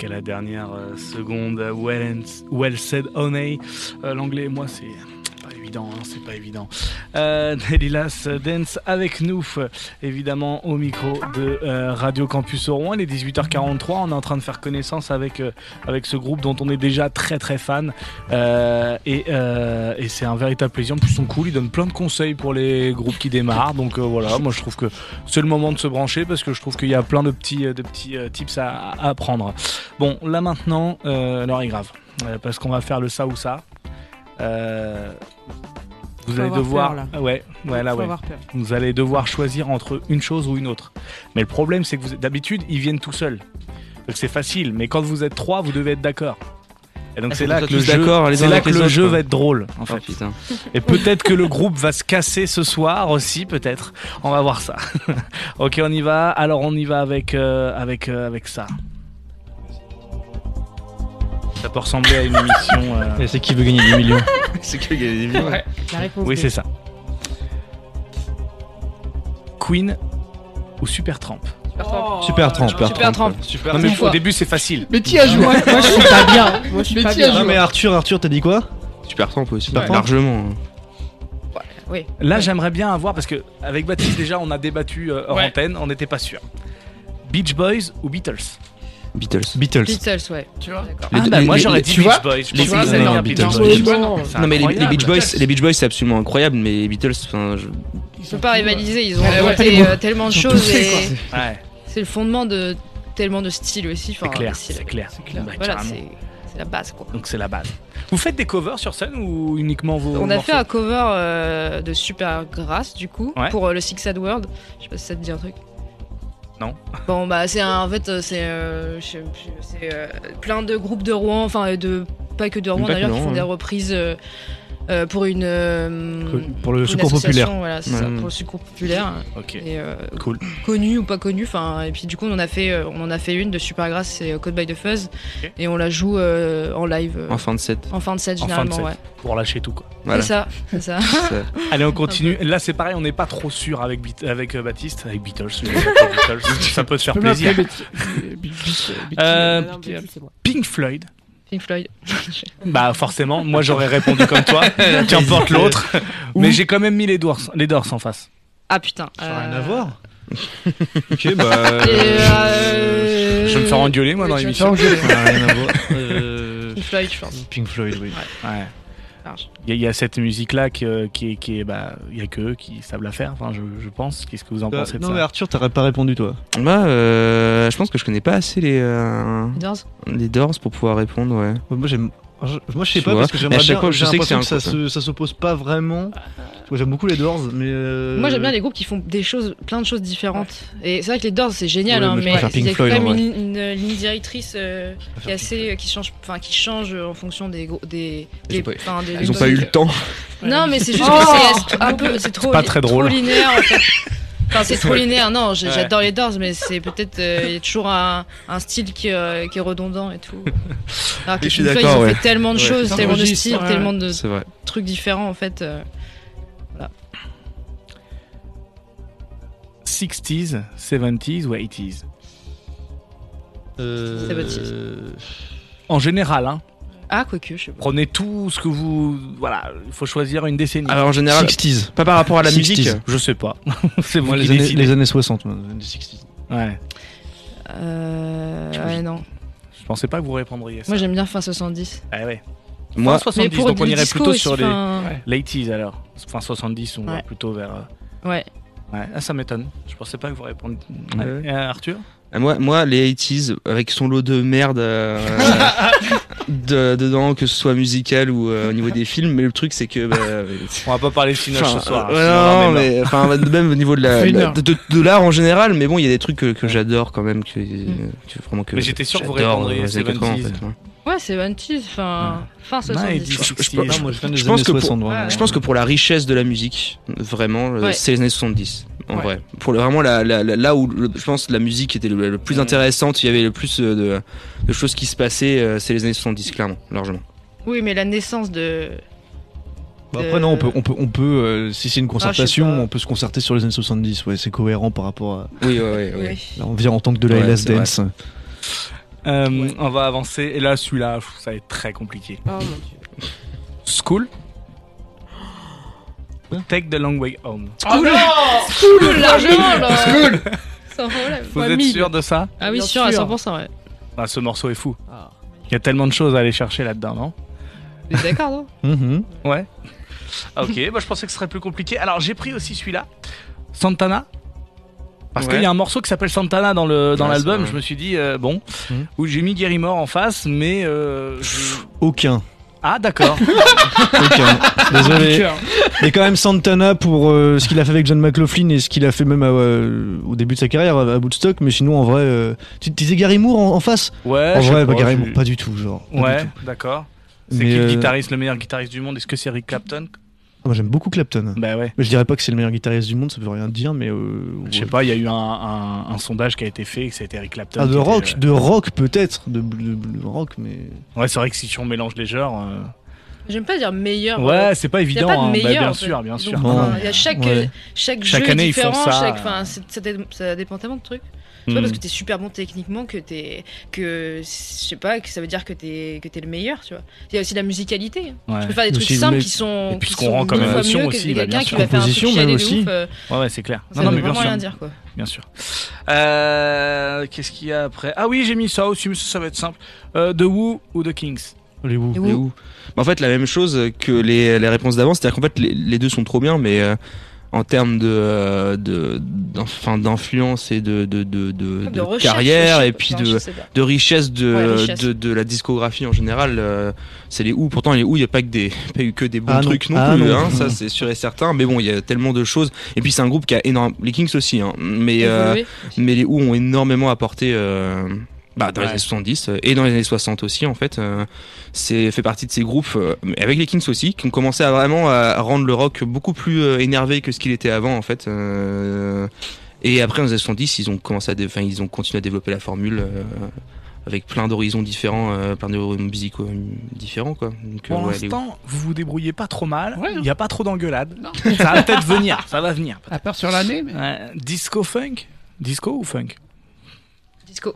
jusqu'à la dernière seconde. Well said, Honey. L'anglais, moi, c'est pas évident, hein, c'est pas évident. Delila's Dance avec nous, évidemment, au micro de Radio Campus Rouen. Il est 18h43, on est en train de faire connaissance avec ce groupe dont on est déjà très très fan. Et c'est un véritable plaisir. En plus, ils sont cool, ils donnent plein de conseils pour les groupes qui démarrent. Donc voilà, moi je trouve que c'est le moment de se brancher parce que je trouve qu'il y a plein de petits tips à apprendre. Bon, là maintenant, l'heure est grave. Parce qu'on va faire le ça ou ça. Vous allez devoir vous allez devoir choisir entre une chose ou une autre. Mais le problème c'est que d'habitude ils viennent tout seuls. Donc c'est facile, mais quand vous êtes 3, vous devez être d'accord. Et donc c'est là que le jeu va être drôle en fait. Putain. Et peut-être que le groupe va se casser ce soir aussi, peut-être. On va voir ça. OK, on y va. Alors on y va avec ça. Ça peut ressembler à une émission. Et c'est qui veut gagner 10 millions? C'est qui veut gagner 10 millions? Ouais. La réponse oui, c'est ça. Queen ou Supertramp? Supertramp. Non, mais au début, c'est facile. Mais qui a joué? Moi, je suis pas bien. Moi, je suis pas bien. Non, mais Arthur, t'as dit quoi? Supertramp aussi. Supertramp. Largement. Oui. Là, j'aimerais bien avoir, parce que avec Baptiste, déjà, on a débattu hors antenne, on n'était pas sûr. Beach Boys ou Beatles? Beatles, ouais. Tu vois? Moi j'aurais dit Beach Boys. Non mais les Beach Boys c'est absolument incroyable, mais les Beatles, enfin, ils sont pas rivalisés, ils ont inventé tellement de choses et c'est le fondement de tellement de styles aussi. C'est clair. Voilà, c'est la base quoi. Donc c'est la base. Vous faites des covers sur scène ou uniquement vos On a morceaux? fait un cover de Supergrass du coup pour le Six Sad World. Je sais pas si ça te dit un truc. Non. Bon bah c'est plein de groupes de Rouen, enfin pas que de Rouen d'ailleurs, qui font des reprises pour pour le secours populaire. Voilà, c'est ça, pour le secours populaire. Ok. Et, cool. Connu ou pas connu, enfin et puis du coup on en a fait une de Supergrass, c'est Caught by the Fuzz, et on la joue en live. En fin de set. Généralement, ouais. Pour lâcher tout quoi. Voilà. C'est ça. Allez, on continue. Là, c'est pareil, on n'est pas trop sûr avec Baptiste, avec Beatles. Ça peut te faire plaisir. Pink Floyd. Bah forcément, moi j'aurais répondu comme toi. Qu'importe l'autre. Mais j'ai quand même mis les Doors en face. Ah putain. Ça n'a rien à voir. Ok, bah. Je vais me faire engueuler moi dans l'émission. Ça n'a rien à voir. Pink Floyd, je pense. Pink Floyd, oui. Ouais. Il y a cette musique là qui est bah il y a que eux qui savent la faire, enfin je pense. Qu'est-ce que vous en pensez de ça? Non mais Arthur, t'aurais pas répondu toi. Bah je pense que je connais pas assez les Doors pour pouvoir répondre, ouais. Moi je sais pas parce que j'aimerais bien, je sais que ça s'oppose pas vraiment. Moi j'aime beaucoup les Doors, mais moi j'aime bien les groupes qui font plein de choses différentes. Et c'est vrai que les Doors c'est génial, mais il y a quand même une ligne directrice qui change en fonction des ils ont pas eu le temps. Non mais c'est juste que c'est trop pas très drôle. Trop linéaire en fait. Enfin, c'est trop linéaire, non, j'adore les Doors, mais c'est peut-être, il y a toujours un style qui est redondant et tout. Alors que Pink Floyd, ils ont fait tellement de choses, tellement de styles, tellement de trucs différents en fait. Voilà. 60s, 70s ou 80s? 70s. En général, hein. Ah, quoique, je sais pas. Prenez tout ce que vous... Voilà, il faut choisir une décennie. Alors en général, 60s. Pas par rapport à la 60s. musique. Je sais pas. C'est moi les années 60, les 60s. Ouais. Ouais, non. Je pensais pas que vous répondriez ça. Moi j'aime bien fin 70. Ah ouais. Moi, fin 70, donc on irait plutôt sur les 80s alors. Fin 70, on va plutôt vers... Ouais. Ah, ça m'étonne. Je pensais pas que vous répondiez. Arthur? Moi, les 80s, avec son lot de merde dedans, que ce soit musical ou au niveau des films, mais le truc c'est que... on va pas parler de Cinoche ce soir. Non, mais même au niveau de l'art en général, mais bon, il y a des trucs que j'adore quand même. Vraiment que mais j'étais sûr que vous répondriez 70s. Ouais, c'est 70s, fin 70. Je pense que pour la richesse de la musique, vraiment, c'est les années 70. En vrai, pour vraiment là où je pense la musique était le plus intéressante, il y avait le plus de choses qui se passaient, c'est les années 70 clairement, largement. Oui, mais la naissance de... Après non, on peut si c'est une concertation, on peut se concerter sur les années 70. Ouais, c'est cohérent par rapport à. Oui. Là, on vient en tant que de la Last Dance. On va avancer. Et là, celui-là, ça va être très compliqué. Oh mon dieu. School. Take the long way home. Oh non. Cool, largement, là. Sans problème. Vous êtes sûr de ça? Ah oui, Bien sûr, à sûr. 100%, ouais. Ah, ce morceau est fou. Ah. Il y a tellement de choses à aller chercher là-dedans, non? Vous êtes d'accord, non? Mhm. Ouais. Ok, je pensais que ce serait plus compliqué. Alors j'ai pris aussi celui-là, Santana. Parce Ouais. qu'il y a un morceau qui s'appelle Santana dans l'album, c'est vrai. je me suis dit, Mhm. où j'ai mis Gary Moore en face, mais... Aucun. Ah d'accord. Aucun. Désolé. Mais quand même Santana pour ce qu'il a fait avec John McLaughlin et ce qu'il a fait même au début de sa carrière à Woodstock. Mais sinon en vrai, tu disais Gary Moore en face? Ouais, En je vrai, sais pas Gary je- Moore, pas du tout, genre. Pas du Ouais, tout. d'accord. C'est Mais, qui le guitariste, le meilleur guitariste du monde? Est-ce que c'est Eric Clapton? Ah, moi j'aime beaucoup Clapton. Bah ouais. Mais je dirais pas que c'est le meilleur guitariste du monde, ça veut rien dire, mais. Je sais pas, il y a eu un sondage qui a été fait, que c'était Eric Clapton. Ah, qui était, de rock peut-être, de rock, mais. Ouais, c'est vrai que si on mélange les genres... J'aime pas dire meilleur. Ouais, c'est pas Il n'y a évident. pas de hein. meilleur. Bah, bien en fait. sûr, bien sûr. Donc, Non. il y a chaque Ouais. jeu Chaque est année, ils font différent. ça. Ça dépend tellement de trucs. C'est pas Hmm. parce que t'es super bon techniquement que je sais pas, que ça veut dire que t'es le meilleur, tu vois. Il y a aussi la musicalité. Ouais. Tu peux faire des trucs Aussi, simples mais- qui sont. Et puis qui ce qu'on sont rend comme mille fois émotion mieux aussi, que bah, quelqu'un bien qui sûr. va faire un truc Composition, chialé même de aussi. ouf. Ouais, c'est clair. Ça Non, veut mais bien vraiment sûr. rien dire, quoi. Bien sûr. Qu'est-ce qu'il y a après? Ah oui, j'ai mis ça aussi, mais ça va être simple. The Who ou The Kings? Les Who. Les Les Who. Bah, en fait, la même chose que les réponses d'avant, c'est-à-dire qu'en fait, les deux sont trop bien, mais en termes d'influence et de recherche, carrière et enfin, puis je sais pas. de richesse Ouais, richesse. de la discographie en général, c'est les Who. Pourtant, les Who, il n'y a pas eu que des bons Ah non. trucs non Ah plus, non. hein, ça c'est sûr et certain. Mais bon, il y a tellement de choses. Et puis, c'est un groupe qui a énormément. Les Kings aussi, hein, mais les Who ont énormément apporté. Dans les années 70 et dans les années 60 aussi en fait, c'est fait partie de ces groupes avec les Kings aussi qui ont commencé à vraiment à rendre le rock beaucoup plus énervé que ce qu'il était avant en fait, et après dans les années 70 ils ont ils ont continué à développer la formule avec plein d'horizons différents, plein d'horizons musicaux différents quoi. Donc, Pour ouais, l'instant, vous vous débrouillez pas trop mal. Ouais. Il n'y a pas trop d'engueulades. Ça va peut-être venir. Ça va venir. À part sur l'année, mais. Ouais. Disco funk? Disco ou funk? Disco.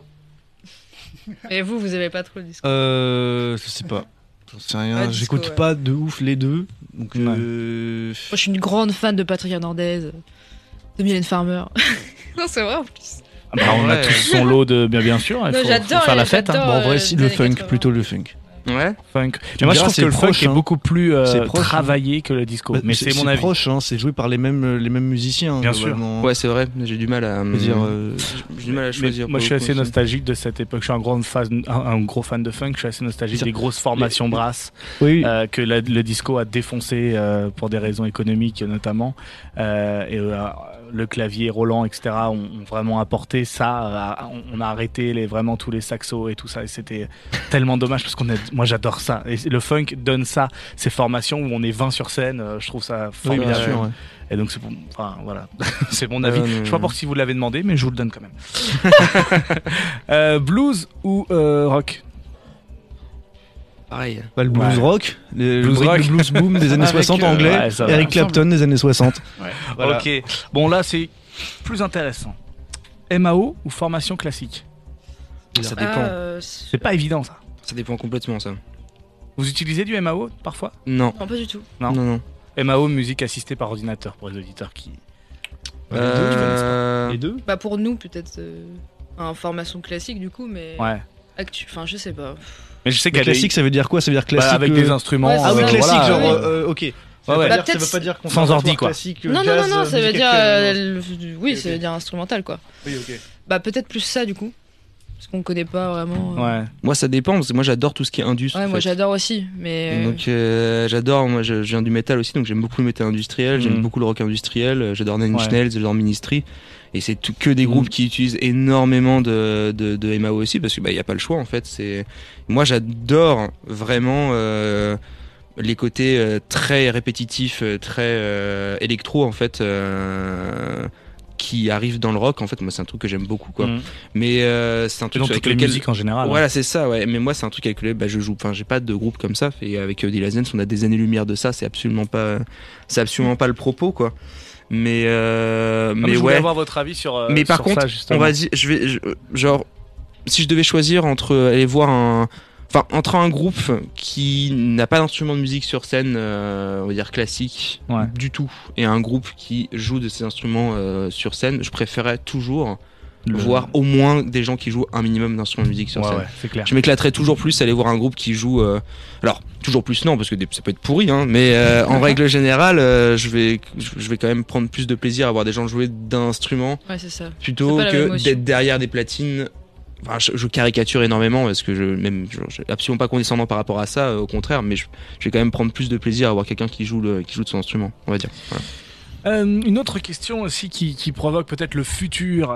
Et vous aimez pas trop le disco? Je sais pas. J'en sais rien. Ouais, disco, J'écoute ouais. pas de ouf les deux. Donc, Moi, je suis une grande fan de Patrick Hernandez, de Mylène Farmer. Non, c'est vrai en plus. Ah bah, on a Ouais. tous son lot de bien sûr. Il Non, faut j'adore, faire la fête. Hein. j'adore. Bon, en vrai, si des le années funk, 80. plutôt le funk. ouais. Funk. Tu Mais moi, me je diras, trouve c'est que le proche, funk est hein. beaucoup plus C'est proche, travaillé que le disco. Bah, mais c'est mon avis. proche, hein, c'est joué par les mêmes musiciens. Bien sûr. globalement. Ouais, c'est vrai, j'ai du mal à Je veux dire, j'ai du mal à Mais choisir. moi, je suis pour le assez coup aussi. nostalgique de cette époque. Je suis un gros fan de funk. Je suis assez nostalgique des grosses formations brasses oui. que le disco a défoncé pour des raisons économiques notamment. Le clavier, Roland, etc. ont vraiment apporté ça. On a arrêté vraiment tous les saxos et tout ça. Et c'était tellement dommage parce moi, j'adore ça. Et le funk donne ça, ces formations où on est 20 sur scène. Je trouve ça Oui, formidable. bien sûr. Ouais. Et donc voilà, c'est mon avis. Je sais pas pour si vous l'avez demandé, mais je vous le donne quand même. Blues ou rock? Pareil. Bah, le blues Ouais. rock, le Blues break, rock. le blues boom des années Avec, 60 anglais, ouais, ça va. Eric Clapton des années 60. Voilà. Ok. Bon là c'est plus intéressant. MAO ou formation classique? Ça dépend. C'est pas évident ça. Ça dépend complètement ça. Vous utilisez du MAO parfois? Non. Non, pas du tout. Non. Non. MAO, musique assistée par ordinateur pour les auditeurs qui... Les deux. Bah pour nous peut-être en formation classique du coup, mais Ouais. enfin je sais pas. Mais je sais Mais qu'elle classique, ça veut dire quoi? Ça veut dire classique avec des instruments. Ouais, Ah oui, Euh, classique, voilà, genre, ouais. ok. Ouais, Ça veut ouais. pas Bah, dire- ça veut peut-être- pas dire Sans ordi, quoi. classique, Non, jazz, non, ça veut musique dire actuelle, oui, Ok, ça veut ok. dire instrumental quoi. Oui, ok. Bah peut-être plus ça du coup, parce qu'on connaît pas vraiment. Ouais. Moi, ça dépend parce que moi, j'adore tout ce qui est indus. Ouais, en moi fait. j'adore aussi, mais Donc j'adore, moi je viens du métal aussi, donc j'aime beaucoup le métal industriel, j'aime Mhm. beaucoup le rock industriel, j'adore Nine Inch Ouais. Nails, j'adore Ministry, et c'est que des groupes qui utilisent énormément de MAO aussi, parce que bah y a pas le choix en fait. Moi j'adore vraiment les côtés très répétitifs, très électro en fait. Qui arrivent dans le rock en fait, moi c'est un truc que j'aime beaucoup quoi. Mhm. Mais c'est un Et truc dans avec toutes les lequel musiques en général. voilà, c'est ça, ouais. Mais moi, c'est un truc avec lequel je joue. Enfin, j'ai pas de groupe comme ça. Et avec The Last Dance, on a des années-lumière de ça. C'est absolument pas le propos, quoi. Mais Je voulais ouais. avoir votre avis sur. Mais par sur contre, ça, justement. on va dire, genre, si je devais choisir entre aller voir entre un groupe qui n'a pas d'instrument de musique sur scène, on va dire classique, du tout, et un groupe qui joue de ces instruments sur scène, je préférais toujours voir au moins des gens qui jouent un minimum d'instruments de musique sur scène. C'est clair. Je m'éclaterais toujours plus à aller voir un groupe qui joue. Alors toujours plus non, parce que ça peut être pourri, hein, mais en règle générale, je vais quand même prendre plus de plaisir à voir des gens jouer d'instruments plutôt que d'être derrière des platines. Enfin, je caricature énormément parce que je suis absolument pas condescendant par rapport à ça, au contraire, mais je vais quand même prendre plus de plaisir à voir quelqu'un qui joue de son instrument, on va dire. Voilà. Une autre question aussi qui provoque peut-être le futur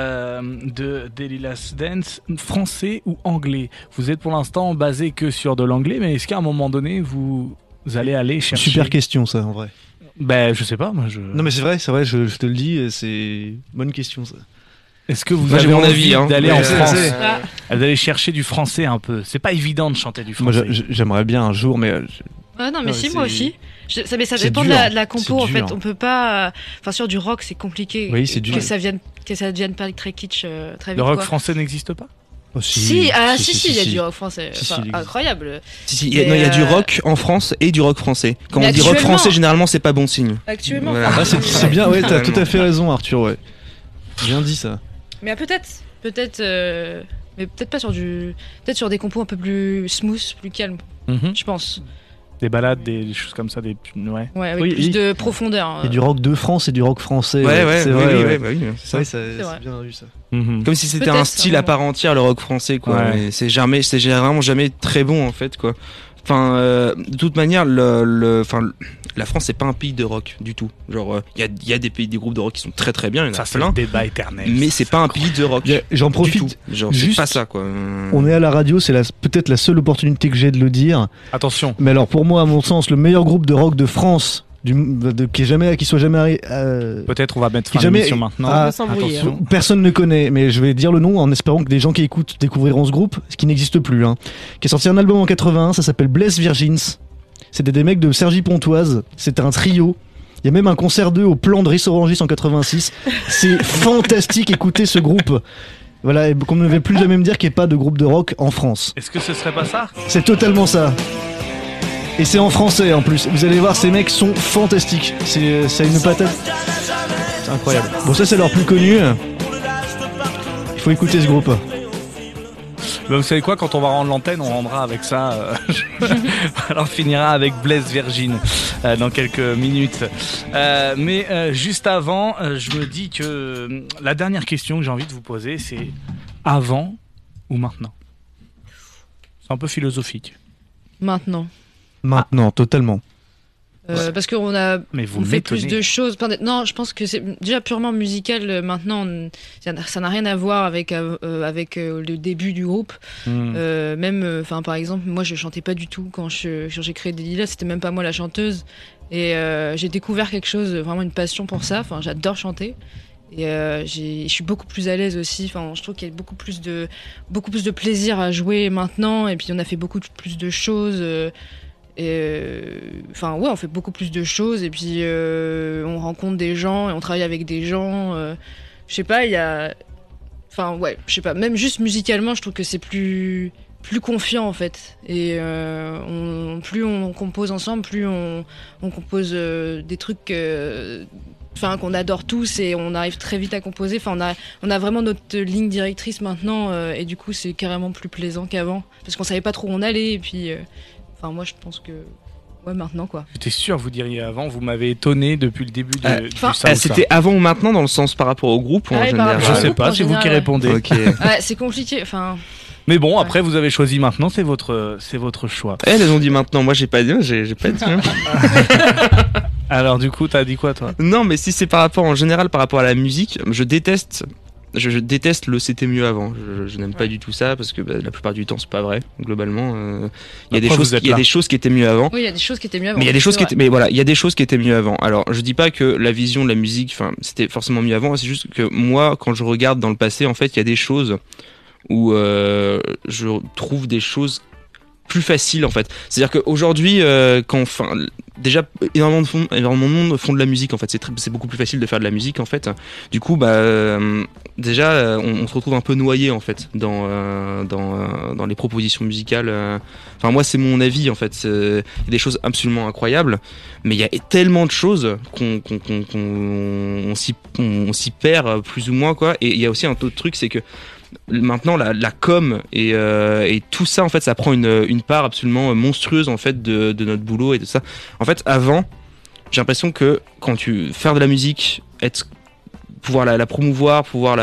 de Delilah Dance, français ou anglais? Vous êtes pour l'instant basé que sur de l'anglais, mais est-ce qu'à un moment donné vous allez aller chercher? Super question ça en vrai. Ben je sais pas, moi je. Non mais c'est vrai, je te le dis, c'est bonne question ça. Est-ce que vous avez mon envie avis d'aller en France, d'aller chercher du français un peu? C'est pas évident de chanter du français. Moi j'aimerais bien un jour, mais. Non mais si, moi aussi. Mais ça dépend de la compo en fait. On peut pas. Enfin sur du rock c'est compliqué. Oui, c'est dur. Que ça devienne pas très kitsch très vite. Le rock français n'existe pas? Oh, si, il y a du rock français. Incroyable. Il y a du rock en France et du rock français. Quand on dit rock français, généralement c'est pas bon signe. Actuellement. Voilà. C'est bien, ouais, t'as tout à fait raison Arthur, ouais. Bien dit ça. Mais peut-être, mais peut-être pas peut-être sur des compos un peu plus smooth, plus calmes, je pense. Des balades, des choses comme ça, avec plus de profondeur. Et du rock de France et du rock français. Oui, c'est ça. C'est bien vu ça. Comme si c'était un style à part entière, le rock français, quoi. Ouais. Mais c'est vraiment jamais très bon, en fait, quoi. Enfin, de toute manière, la France c'est pas un pays de rock du tout. Genre, il y a des groupes de rock qui sont très très bien. Il y en a c'est plein. le débat éternel. Mais c'est pas un pays de rock. J'en profite. Genre, juste, c'est pas ça, quoi. On est à la radio, c'est peut-être la seule opportunité que j'ai de le dire. Attention. Mais alors, pour moi, à mon sens, le meilleur groupe de rock de France. Qui soit jamais peut-être on va mettre fin à l'émission maintenant. Attention. Personne ne connaît, mais je vais dire le nom en espérant que des gens qui écoutent découvriront ce groupe, ce qui n'existe plus, qui a sorti un album en 81, ça s'appelle Bless Virgins. C'était des mecs de Cergy-Pontoise, c'était un trio. Il y a même un concert d'eux au Plan de Rissorangis en 86. C'est fantastique, écoutez ce groupe. Voilà, et qu'on ne devait plus jamais me dire qu'il n'y ait pas de groupe de rock en France. Est-ce que ce serait pas ça? C'est totalement ça. Et c'est en français en plus. Vous allez voir, ces mecs sont fantastiques. C'est une patate. C'est incroyable. Bon, ça c'est leur plus connu. Il faut écouter ce groupe. Bah, vous savez quoi, quand on va rendre l'antenne, on rendra avec ça. Alors on finira avec Bless Virgin dans quelques minutes. Mais juste avant, je me dis que la dernière question que j'ai envie de vous poser, c'est avant ou maintenant? C'est un peu philosophique. Maintenant, totalement. Parce qu'on fait plus de choses. Non, je pense que c'est déjà purement musical maintenant. Ça n'a rien à voir avec le début du groupe. Même, par exemple, moi je chantais pas du tout quand j'ai créé Delilah. C'était même pas moi la chanteuse. Et j'ai découvert quelque chose, vraiment une passion pour ça. Enfin, j'adore chanter. Et je suis beaucoup plus à l'aise aussi. Enfin, je trouve qu'il y a beaucoup plus de plaisir à jouer maintenant. Et puis on a fait beaucoup plus de choses. On fait beaucoup plus de choses et puis on rencontre des gens et on travaille avec des gens. Je sais pas, je sais pas. Même juste musicalement, je trouve que c'est plus confiant en fait. Et plus on compose ensemble, plus on compose des trucs. Qu'on adore tous et on arrive très vite à composer. On a vraiment notre ligne directrice maintenant et du coup c'est carrément plus plaisant qu'avant parce qu'on savait pas trop où on allait et puis. Moi, je pense que... Ouais, maintenant, quoi. J'étais sûr, vous diriez avant. Vous m'avez étonné depuis le début du c'était avant ou maintenant, dans le sens par rapport au groupe ou en général? Je sais pas, c'est vous qui répondez. Okay. C'est compliqué, Mais bon, après, vous avez choisi maintenant, c'est votre choix. Elles ont dit maintenant, moi j'ai pas dit, j'ai pas dit. Alors, du coup, t'as dit quoi, toi? Non, mais si c'est en général par rapport à la musique, je déteste le c'était mieux avant. Je n'aime pas du tout ça parce que la plupart du temps c'est pas vrai. Globalement, il y a des choses qui étaient mieux avant. Oui, il y a des choses qui étaient mieux avant. Mais il y a des choses il y a des choses qui étaient mieux avant. Alors, je dis pas que la vision de la musique, c'était forcément mieux avant. C'est juste que moi, quand je regarde dans le passé, en fait, il y a des choses où je trouve des choses plus faciles en fait. C'est-à-dire qu'aujourd'hui, déjà énormément de monde font de la musique en fait. C'est beaucoup plus facile de faire de la musique en fait. Du coup, déjà, on se retrouve un peu noyé en fait dans les propositions musicales. Enfin, moi, c'est mon avis en fait. Il y a des choses absolument incroyables, mais il y a tellement de choses qu'on s'y perd plus ou moins quoi. Et il y a aussi un autre truc, c'est que maintenant la com et tout ça en fait, ça prend une part absolument monstrueuse en fait de notre boulot et de ça. En fait, avant, j'ai l'impression que quand tu faire de la musique, pouvoir la promouvoir, pouvoir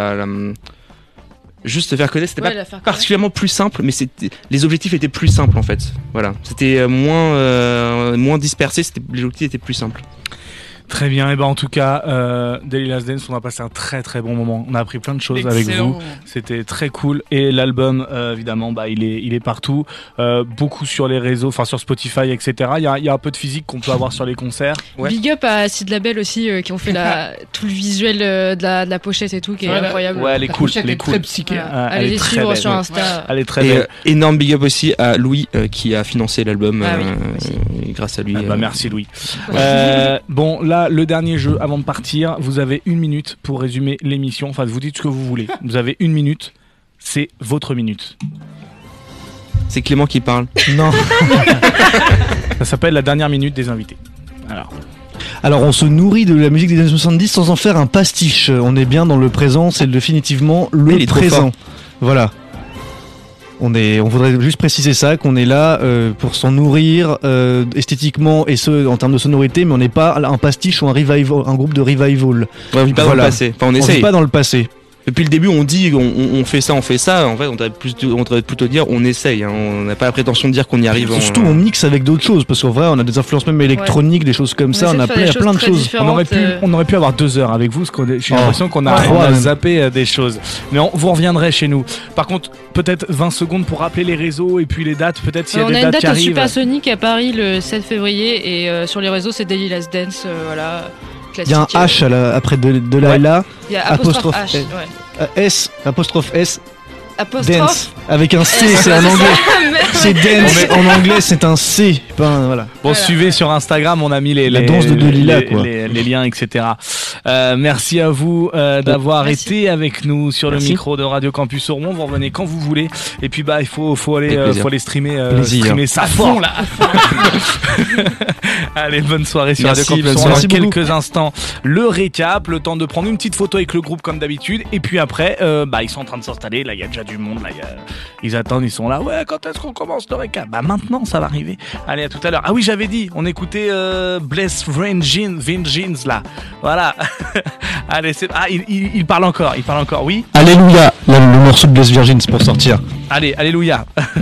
juste te faire connaître, c'était pas particulièrement plus simple, mais les objectifs étaient plus simples en fait. Voilà, c'était moins dispersé, les objectifs étaient plus simples. Très bien, et ben en tout cas, Delila's Dance, on a passé un très très bon moment. On a appris plein de choses avec vous. C'était très cool. Et l'album, évidemment, il est partout, beaucoup sur les réseaux, enfin sur Spotify, etc. Il y a un peu de physique qu'on peut avoir sur les concerts. Ouais. Big up à Sid Label aussi, qui ont fait tout le visuel de la pochette et tout, qui est incroyable. Ouais, elle est cool. Elle est très psyché. Voilà. Allez les suivre sur Insta. Elle est très belle. Énorme big up aussi à Louis qui a financé l'album. Grâce à lui. Merci Louis. Bon, là, le dernier jeu avant de partir, vous avez 1 minute pour résumer l'émission. Enfin, vous dites ce que vous voulez. Vous avez 1 minute. C'est votre minute. C'est Clément qui parle. Non. Ça s'appelle la dernière minute des invités. Alors on se nourrit de la musique des années 70 sans en faire un pastiche. On est bien dans le présent, c'est définitivement le présent. Voilà. On voudrait juste préciser ça, qu'on est là pour s'en nourrir esthétiquement et en termes de sonorité, mais on n'est pas un pastiche ou un groupe de revival. On vit pas dans le passé. Enfin, on essaye. On vit pas dans le passé. Depuis le début, on dit on fait ça. En fait, on devrait plutôt dire on essaye. Hein. On n'a pas la prétention de dire qu'on y arrive. Surtout, on mixe avec d'autres choses, parce qu'en vrai, on a des influences même électroniques, des choses comme ça. On a plein de choses. On aurait pu avoir 2 heures avec vous, parce que j'ai l'impression qu'on a zappé des choses. Mais vous reviendrez chez nous. Par contre, peut-être 20 secondes pour rappeler les réseaux et puis les dates. Peut-être s'il y a des dates qui arrivent. On a une date au Supersonic à Paris le 7 février et sur les réseaux, c'est Delila's Dance. Voilà. Il y a un H après de là. Il y a apostrophe H. S, apostrophe S, apostrophe dance, avec un C, c'est en anglais. C'est dance, en anglais c'est un C. Voilà. Bon, suivez sur Instagram, on a mis la danse de Delila, les liens, etc. Merci à vous d'avoir été avec nous sur le micro de Radio Campus Ormont. Vous revenez quand vous voulez. Et puis il faut aller streamer ça fort là. Allez, bonne soirée sur Radio Campus Ormont. Dans quelques instants, le récap, le temps de prendre une petite photo avec le groupe comme d'habitude. Et puis après, ils sont en train de s'installer. Là, il y a déjà du monde. Là, ils attendent, ils sont là. Ouais, quand est-ce qu'on commence le récap? Maintenant, ça va arriver. Allez, à tout à l'heure. Ah oui, j'avais dit, on écoutait Bless Vengeance là. Voilà. Allez, il parle encore, oui. Alléluia, le morceau de Bless Virgin, c'est pour sortir. Allez, alléluia.